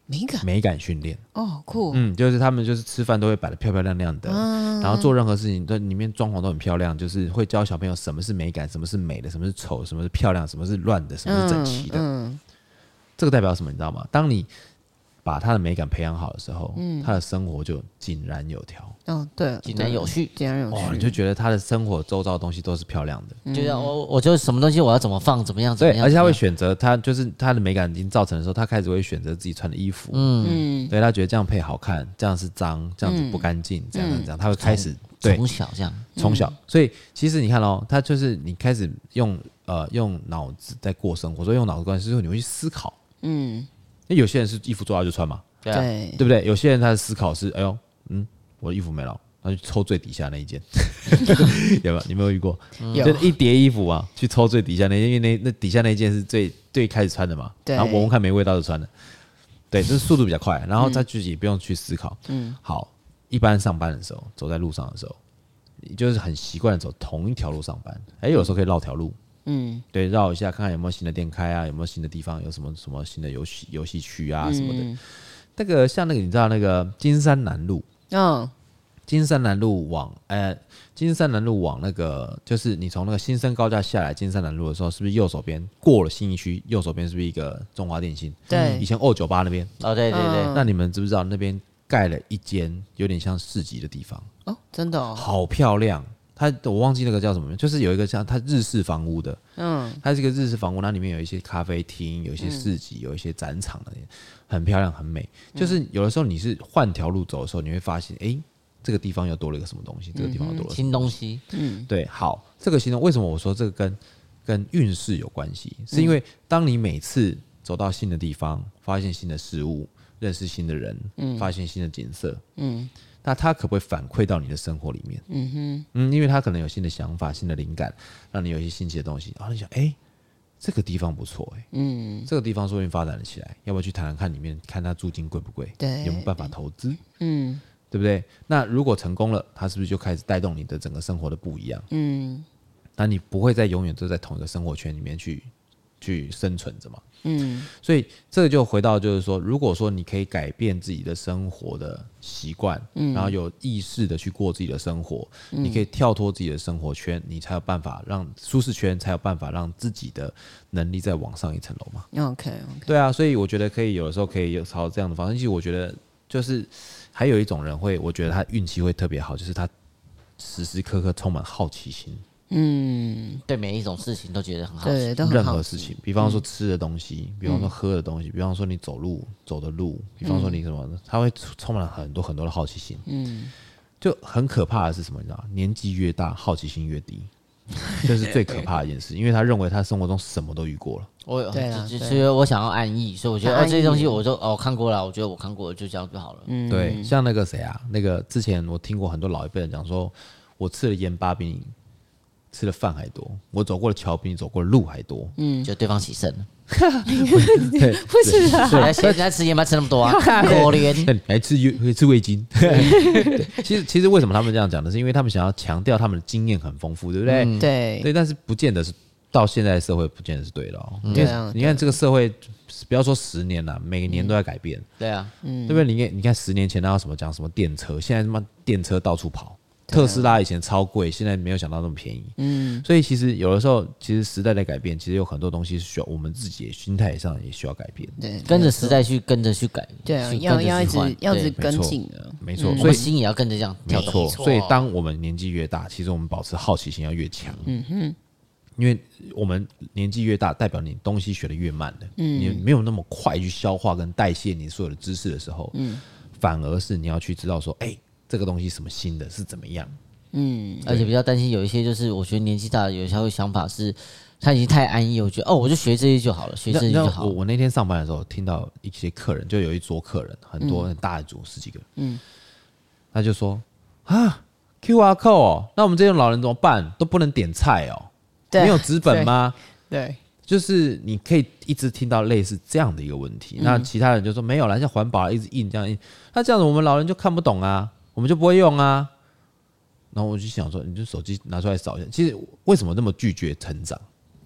美感美感训练。 哦，酷， 嗯，就是他们就是吃饭都会摆得漂漂亮亮的，然后做任何事情都里面装潢都很漂亮，就是会教小朋友什么是美感，什么是美的，什么是丑，什么是漂亮，什么是乱的，什么是整齐的。 嗯嗯这个代表什么？你知道吗？当你把他的美感培养好的时候，嗯，他的生活就井然有条。 哦，对， 井然有序， 井然有序， 哦，你就觉得他的生活周遭的东西都是漂亮的。 就是我我就什么东西我要怎么放，怎么样，怎么对， 样， 而且他会选择他就是他的美感已经造成的时候，他开始会选择自己穿的衣服。嗯，对他觉得这样配好看，这样是脏，这样子不干净，这样这样，他会开始对从小这样， 从小，所以其实你看哦，他就是你开始用呃用脑子在过生活，所以用脑子关系之后，你会去思考。嗯，因为有些人是衣服做好就穿嘛， 对啊， 对对不对？有些人他的思考是，哎呦，嗯，我的衣服没了，他就抽最底下那一件，有没有？你有没有遇过？ 有就是一叠衣服啊，去抽最底下那件，因为那那底下那一件是最最开始穿的嘛， 对然后闻闻看没味道就穿了，对，这速度比较快，然后他自己也不用去思考。嗯，好，一般上班的时候，走在路上的时候，你就是很习惯的走同一条路上班，哎，有时候可以绕条路。嗯，对，绕一下看看有没有新的店开啊，有没有新的地方，有什么什么新的游戏游戏区啊什么的。那个像那个你知道那个金山南路，嗯，金山南路往呃金山南路往那个就是你从那个新生高架下来金山南路的时候，是不是右手边过了信义区，右手边是不是一个中华电信？ 对， 以前二九八那边。 哦，对对对， 那你们知不知道那边盖了一间有点像市集的地方？ 哦，真的哦， 好漂亮。它我忘记那个叫什么，就是有一个像它日式房屋的，嗯，它是一个日式房屋，那里面有一些咖啡厅，有一些市集，有一些展场的，很漂亮，很美。就是有的时候你是换条路走的时候，你会发现，哎、欸，这个地方又多了一个什么东西，这个地方又多了新东西， 嗯，对，好，这个新东，为什么我说这个跟跟运势有关系？是因为当你每次走到新的地方，发现新的事物，认识新的人，嗯，发现新的景色，嗯。那他可不可以反馈到你的生活里面？嗯哼，嗯，因为他可能有新的想法、新的灵感，让你有一些新奇的东西。然后你想，哎、欸，这个地方不错，哎，嗯，这个地方说不定发展了起来，要不要去谈谈看里面，看它租金贵不贵？ 对， 有没有办法投资？嗯，对不对？那如果成功了，它是不是就开始带动你的整个生活的不一样？嗯，那你不会再永远都在同一个生活圈里面去去生存着嘛？嗯，所以这个就回到就是说，如果说你可以改变自己的生活的习惯，嗯，然后有意识的去过自己的生活，嗯，你可以跳脱自己的生活圈，你才有办法让舒适圈，才有办法让自己的能力再往上一层楼嘛。 OK OK， 对啊，所以我觉得可以有的时候可以有朝这样的方式。其实我觉得就是还有一种人会，我觉得他运气会特别好，就是他时时刻刻充满好奇心。 嗯，对每一种事情都觉得很好奇， 对，都很好奇。 任何事情，比方说吃的东西，嗯、比方说喝的东西，比方说你走路走的路，比方说你什么，他会充满了很多很多的好奇心。嗯，就很可怕的是什么？你知道吗？年纪越大，好奇心越低，这是最可怕的一件事，因为他认为他生活中什么都遇过了。 我对啊，就是我想要安逸，所以我觉得哦这些东西我就哦看过了，我觉得我看过了，就这样就好了。 嗯，对，像那个谁啊，那个之前我听过很多老一辈人讲说，我吃的盐巴比你吃的饭还多，我走过的桥比你走过的路还多。嗯， 就对方起身了。 对， 不是啊， 对，现在吃盐巴吃那么多啊，可怜。 还吃味吃味精。其实其实为什么他们这样讲呢？是因为他们想要强调他们的经验很丰富，对不对？ 嗯、对对，但是不见得是到现在的社会，不见得是对的哦。因为你看这个社会，不要说十年了，每年都在改变。 对啊， 对不对？你看，你看十年前那有什么讲什么电车，现在他妈电车到处跑。特斯拉以前超贵，现在没有想到那么便宜。嗯，所以其实有的时候，其实时代在改变，其实有很多东西是需要我们自己的心态上也需要改变。 对， 跟着时代去跟着去改。 对啊，要要一直要一直跟进的。 没错， 所以心也要跟着这样跳动。 没错，所以当我们年纪越大，其实我们保持好奇心要越强。嗯哼，因为我们年纪越大，代表你东西学得越慢了。嗯，你没有那么快去消化跟代谢你所有的知识的时候，嗯，反而是你要去知道说，哎、欸。这个东西什么新的是怎么样？嗯， 而且比较担心有一些就是我觉得年纪大的有一些想法是他已经太安逸，我觉得哦我就学这些就好了，学这些就好了。 我我那天上班的时候听到一些客人，就有一桌客人很多很大的组十几个，嗯，他就说啊 Q R code 哦，那我们这种老人怎么办？都不能点菜哦，没有纸本吗？ 对。对就是你可以一直听到类似这样的一个问题，嗯、那其他人就说没有啦，像环保一直印这样印，那这样子我们老人就看不懂啊，我们就不会用啊。然后我就想说，你就手机拿出来扫一下。其实为什么那么拒绝成长？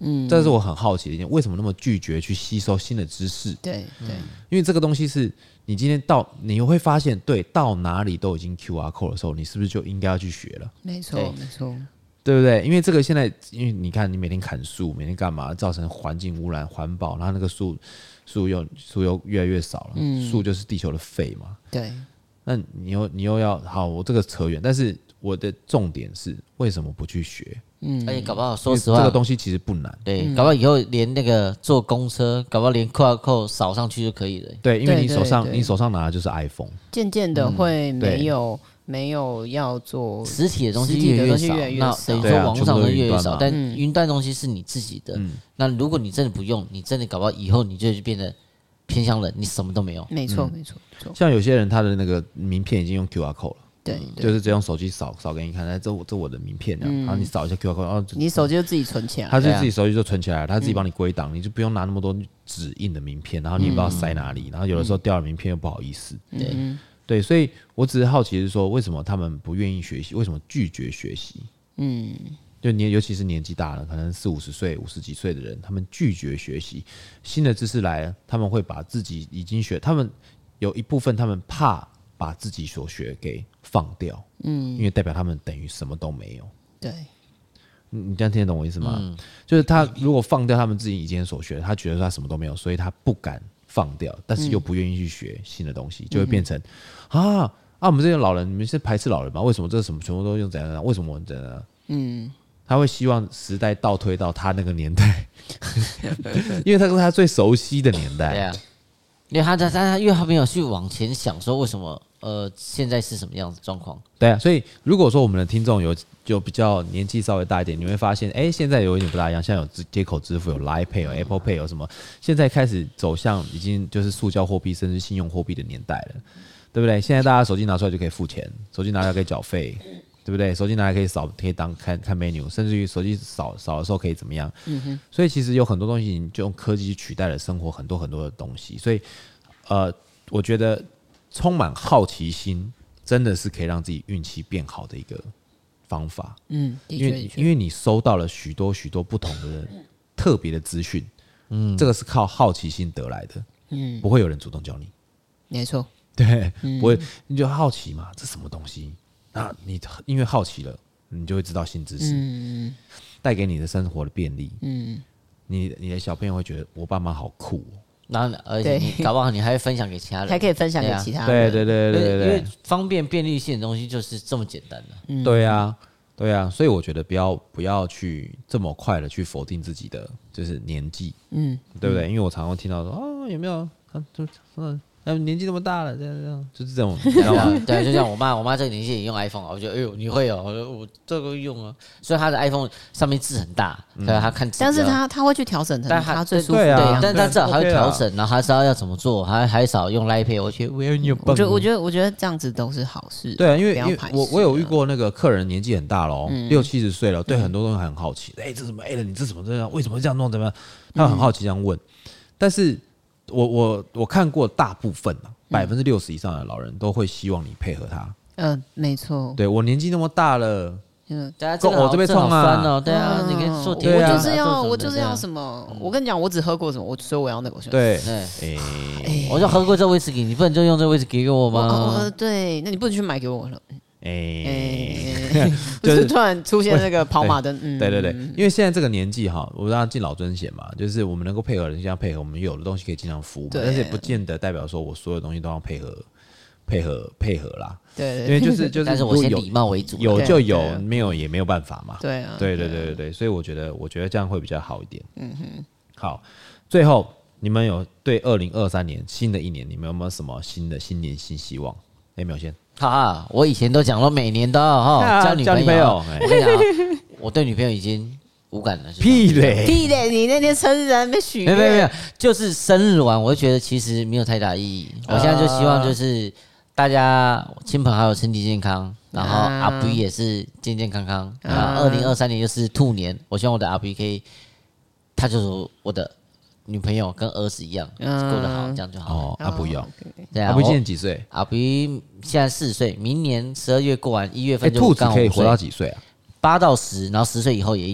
嗯，这是我很好奇的一点，为什么那么拒绝去吸收新的知识？ 对对， 因为这个东西是你今天到，你会发现，对，到哪里都已经 Q R code 的时候，你是不是就应该要去学了？ 没错没错， 对不对？因为这个现在，因为你看，你每天砍树，每天干嘛，造成环境污染、环保，然后那个树树又树又越来越少了，树、嗯、就是地球的肺嘛。 对， 那你又你又要好，我这个扯远，但是我的重点是为什么不去学？ 嗯，而且搞不好，说实话， 这个东西其实不难。 对，嗯、搞不好以后连那个坐公车，搞不好连 Q R code 扫上去就可以了。 对，因为你手上你手上拿的就是 iPhone， 渐渐的会没有、嗯、没有要做实体的东西越来越少，那等于说网络上的越来越少，但云端东西是你自己的。嗯、那如果你真的不用，你真的搞不好以后你就变得偏乡人，你什么都没有。 没错、嗯，没错。 像有些人他的那个名片已经用 Q R code 了。 对， 就是这用手机扫扫给你看，哎，这我这我的名片这样，嗯、然后你扫一下 Q R code， 然后你手机就自己存起来， 他就自己手机就存起来了，他自己帮你归档，嗯、你就不用拿那么多纸印的名片，然后你也不知道塞哪里，嗯、然后有的时候掉了名片又不好意思，对、嗯、对，所以我只是好奇是说，为什么他们不愿意学习，为什么拒绝学习？嗯，就年尤其是年纪大了，可能四五十岁、五十几岁的人，他们拒绝学习新的知识来了，他们会把自己已经学，他们有一部分他们怕把自己所学给放掉，嗯，因为代表他们等于什么都没有。 对， 你这样听得懂我意思吗？嗯、就是他如果放掉他们自己以前所学的，他觉得他什么都没有，所以他不敢放掉，但是又不愿意去学新的东西，嗯、就会变成、嗯、啊啊，我们这些老人，你们是排斥老人吗？为什么这个什么全部都用怎样怎样？为什么我们怎样？嗯，他会希望时代倒推到他那个年代，因为他是他最熟悉的年代。 对啊，因为他他他因为他没有去往前想说为什么。呃，现在是什么样子状况？ 对啊，所以如果说我们的听众有就比较年纪稍微大一点，你会发现，哎、欸，现在有一点不大一样，像有接口支付，有 Line Pay， 有 Apple Pay， 有什么？现在开始走向已经就是塑胶货币甚至信用货币的年代了，对不对？现在大家手机拿出来就可以付钱，手机拿来可以缴费，对不对？手机拿来可以扫，可以当看看 menu， 甚至于手机扫扫的时候可以怎么样？嗯哼。所以其实有很多东西，你就用科技去取代了生活很多很多的东西，所以呃，我觉得。充满好奇心，真的是可以让自己运气变好的一个方法。嗯，因为因为你收到了许多许多不同的特别的资讯，嗯，这个是靠好奇心得来的，嗯，不会有人主动教你， 没错， 对，嗯、不会，你就好奇嘛，这什么东西？那你因为好奇了，你就会知道新知识，嗯，带给你的生活的便利，嗯，你你的小朋友会觉得我爸妈好酷、哦。 然后，而且你搞不好你还会分享给其他人， 还可以分享给其他人。 对对对对对， 因为方便便利性的东西就是这么简单的。 嗯、对啊，对啊，所以我觉得不要不要去这么快的去否定自己的就是年纪，嗯，对不对？因为我常常听到说哦，有没有啊，就嗯。哎，年纪那么大了，这样这样，就是这种，你知道吗？ 对，就像我妈，我妈这个年纪也用 iPhone 啊，我觉得，哎呦，你会哦，我说我这个用啊。所以她的 iPhone 上面字很大，所以她看字， 但是她她会去调整成她最舒服的样子， 但她至少她会调整，然后她知道要怎么做，还还少用 Line Pay， 我觉得我有你我觉得我觉得我觉得这样子都是好事。 对啊，因为因为我我有遇过那个客人年纪很大了，六七十岁了，对很多东西很好奇，哎，这怎么？哎，你这怎么这样？为什么这样弄？怎么样？他很好奇这样问，但是我我我看过大部分啊。百分之六十以上的老人都会希望你配合他。 嗯、呃，没错。 对我年纪那么大了， 嗯，我这边冲啊，哦，对啊，你可以做甜点。我就是要，我就是要什么？我跟你讲，我只喝过什么，我所以我要那个。 对， 对，哎，我就喝过这威士忌，你不能就用这威士忌给我吗？ 呃，对，那你不能去买给我了。哎、 欸， 就是突然出现那个跑马灯，嗯， 对对对，因为现在这个年纪哈，我让敬老尊贤嘛，就是我们能够配合人，尽量配合，我们有的东西可以尽量服务，但是也不见得代表说我所有东西都要配合，配合配合啦， 对， 因为就是就是， 但是我先礼貌为主， 有就有，没有也没有办法嘛， 对啊， 对对对对对，所以我觉得我觉得这样会比较好一点，嗯哼，好，最后你们有对二零二三年新的一年，你们有没有什么新的新年新希望？有没有先？ 哈，我以前都讲了，每年都要哈交女朋友。朋友我跟你讲，我对女朋友已经无感了。 屁嘞屁嘞！你那天生日在那边许愿， 没有没有，就是生日完，我就觉得其实没有太大意义。我现在就希望就是大家亲朋好友身体健康，然后阿 B 也是健健康康。然后二零二三年就是兔年，我希望我的阿 B 可以，他就是我的女朋友跟儿子一样过得好，这样就好了。 哦，阿 B 要， 对啊， 阿 B 今年几岁？ 阿 B 现在四岁，明年十二月过完，一月份就兔子可以活到几岁啊？ 八到十，然后十岁以后也有。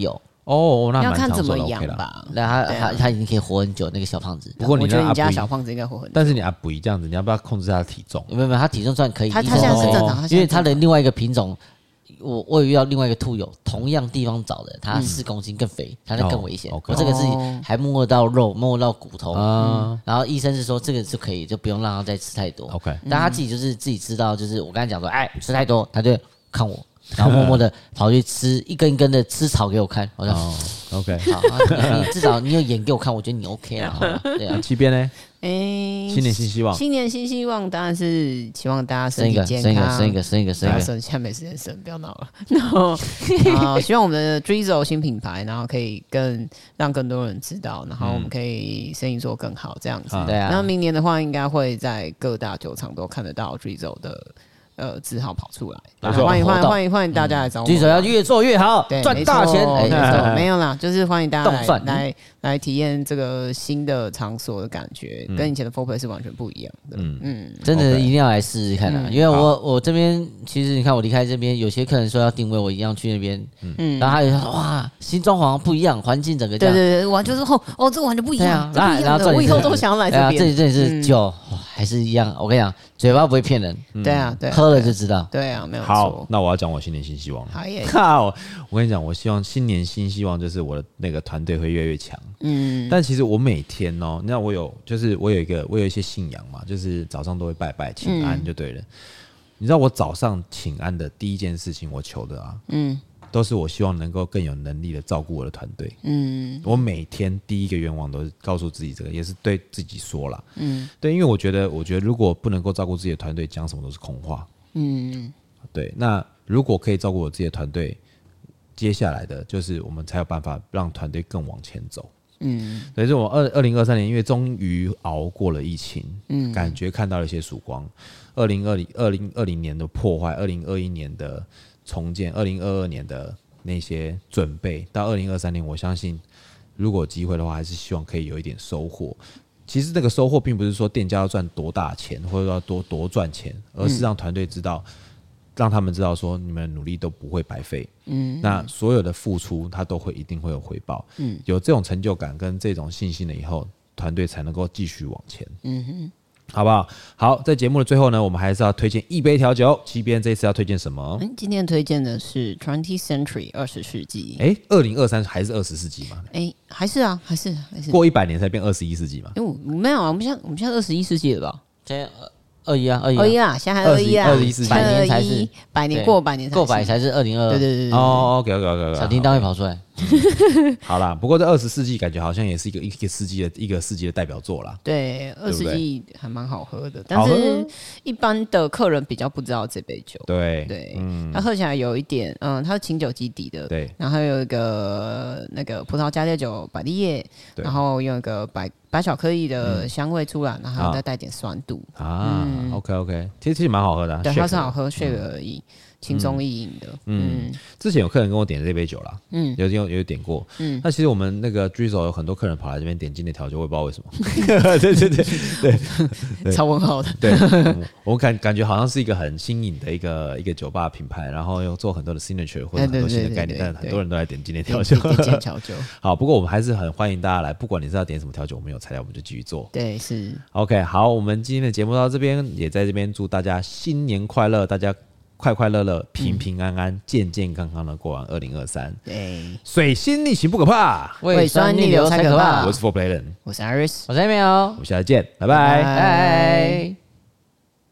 哦，那要看蛮长寿的怎么养 OK 啦。 吧。 那他对啊他他已经可以活很久，那个小胖子。 不过你我觉得你家那阿布小胖子应该会很久， 但是你阿布这样子，你要不要控制他的体重？ 没有没有，他体重算可以。 他他现在是正常，他因现在正常为他的另外一个品种，我我有遇到另外一个兔友，同样地方找的，他四公斤更肥，他那更危险。 哦，OK 我这个是哦还摸得到肉，摸得到骨头， 啊然后医生是说这个就可以，就不用让他再吃太多。 ，OK， 但他自己就是自己知道，就是我刚才讲说，哎，吃太多，他就看我，然后默默的跑去吃一根一根的吃草给我看。我说哦，OK， 好，你你至少你有演给我看，我觉得你 OK 了，好吧？对啊， 七边呢？ 哎， 新年新希望， 新年新希望当然是希望大家身生一个， 体健生一个， 康， 生一个，生一个，生一个。 大家生，现在没时间生，不要闹了。然后，啊，希望我们的 Drizzle 新品牌，然后可以更让更多人知道，然后我们可以生意做更好，这样子。 啊对啊然后明年的话，应该会在各大酒厂都看得到 Drizzle 的呃字号跑出来。 没错欢迎欢活动迎欢迎欢迎大家来找我们记者要越做越好对， 赚大钱。 没错哎没错没有啦，就是欢迎大家来动算来来体验这个新的场所的感觉，跟以前的 Four Play 是完全不一样的。 嗯嗯， 真的 OK 一定要来试试看啊！ 嗯因为我我这边其实你看我离开这边，有些客人说要定位，我一样去那边， 嗯然后他就说哇，新装潢不一样，环境整个这样。 对对对，完全是哦哦，这完全不一样， 对啊这不一样的， 然后我以后都想要来哎呀， 这边。 这里这里是嗯酒，哇还是一样。我跟你讲，嘴巴不会骗人， 对啊，对啊， 喝了就知道。 对啊，没有好错，。 那我要讲我新年新希望了。 好耶， 靠！我跟你讲，我希望新年新希望就是我的那个团队会越来越强。 嗯但其实我每天哦，那我有就是我有一个我有一些信仰嘛，就是早上都会拜拜请安就对了。你知道我早上请安的第一件事情，我求的啊， 嗯都是我希望能够更有能力的照顾我的团队。 嗯我每天第一个愿望都是告诉自己这个，也是对自己说啦。 嗯对，因为我觉得，我觉得如果不能够照顾自己的团队，讲什么都是空话。 嗯对，那如果可以照顾我自己的团队，接下来的就是我们才有办法让团队更往前走。 嗯所以，我二二零二三年，因为终于熬过了疫情， 嗯感觉看到了一些曙光。二零二零二零二零年的破坏，二零二一年的重建，二零二二年的那些准备，到二零二三年，我相信如果有机会的话，还是希望可以有一点收获。其实这个收获并不是说店家要赚多大钱，或者要多多赚钱，而是让团队知道。让他们知道说你们的努力都不会白费，嗯，那所有的付出他都会一定会有回报，嗯，有这种成就感跟这种信心了以后，团队才能够继续往前，嗯哼，好不好？好，在节目的最后呢，我们还是要推荐一杯调酒。七边这一次要推荐什么？ 嗯，今天推荐的是 twentieth century 二十世纪。 哎，二零二三还是二十世纪嘛？ 哎，还是啊，还是还是。 过一百年才变二十一世纪嘛？ 因为我没有啊，我们现在我们现在二十一世纪了吧？ 现在二一啊，二一二一啊，现在还二一啊， 二十一世纪百年才是 21百年对过百年才是过百才是二零二。 对对对对， 哦，OK OK OK OK， 小叮当会跑出来。 好啦，不过这二十世纪感觉好像也是一个一个世纪的一个世纪的代表作啦。 对，二世对不对纪还蛮好喝的，但好喝是一般的客人比较不知道这杯酒。 对对，它喝起来有一点，嗯，它是清酒基底的， 对， 然后有一个那个葡萄加烈酒百利叶， 对然后用一个白白巧克力的香味出来，然后啊再带点酸度， 啊，OK OK，其实其实蛮好喝的啊。 对， shake 它是好喝 shake 而已，轻松易饮的，嗯之前有客人跟我点这杯酒啦， 嗯有有有点过， 嗯那其实我们那个 Drizzle 有很多客人跑来这边点经典调酒，我也不知道为什么。对对对对超问号的， 对，嗯我感感觉好像是一个很新颖的一个一个酒吧品牌，然后又做很多的 signature 或者很多新的概念， 对对对对但很多人都来点经典点调酒。 点点调酒， 好，不过我们还是很欢迎大家来，不管你是要点什么调酒，我们有材料我们就继续做。 对，是 OK， 好，我们今天的节目到这边，也在这边祝大家新年快乐，大家快快乐乐、平平安安、健健康康的过完二零二三。 对， 水星逆行不可怕， 胃酸逆流才可怕我是 Four Play 人， 我是 Iris， 我是 Emil， 我们下次见，拜拜。 拜。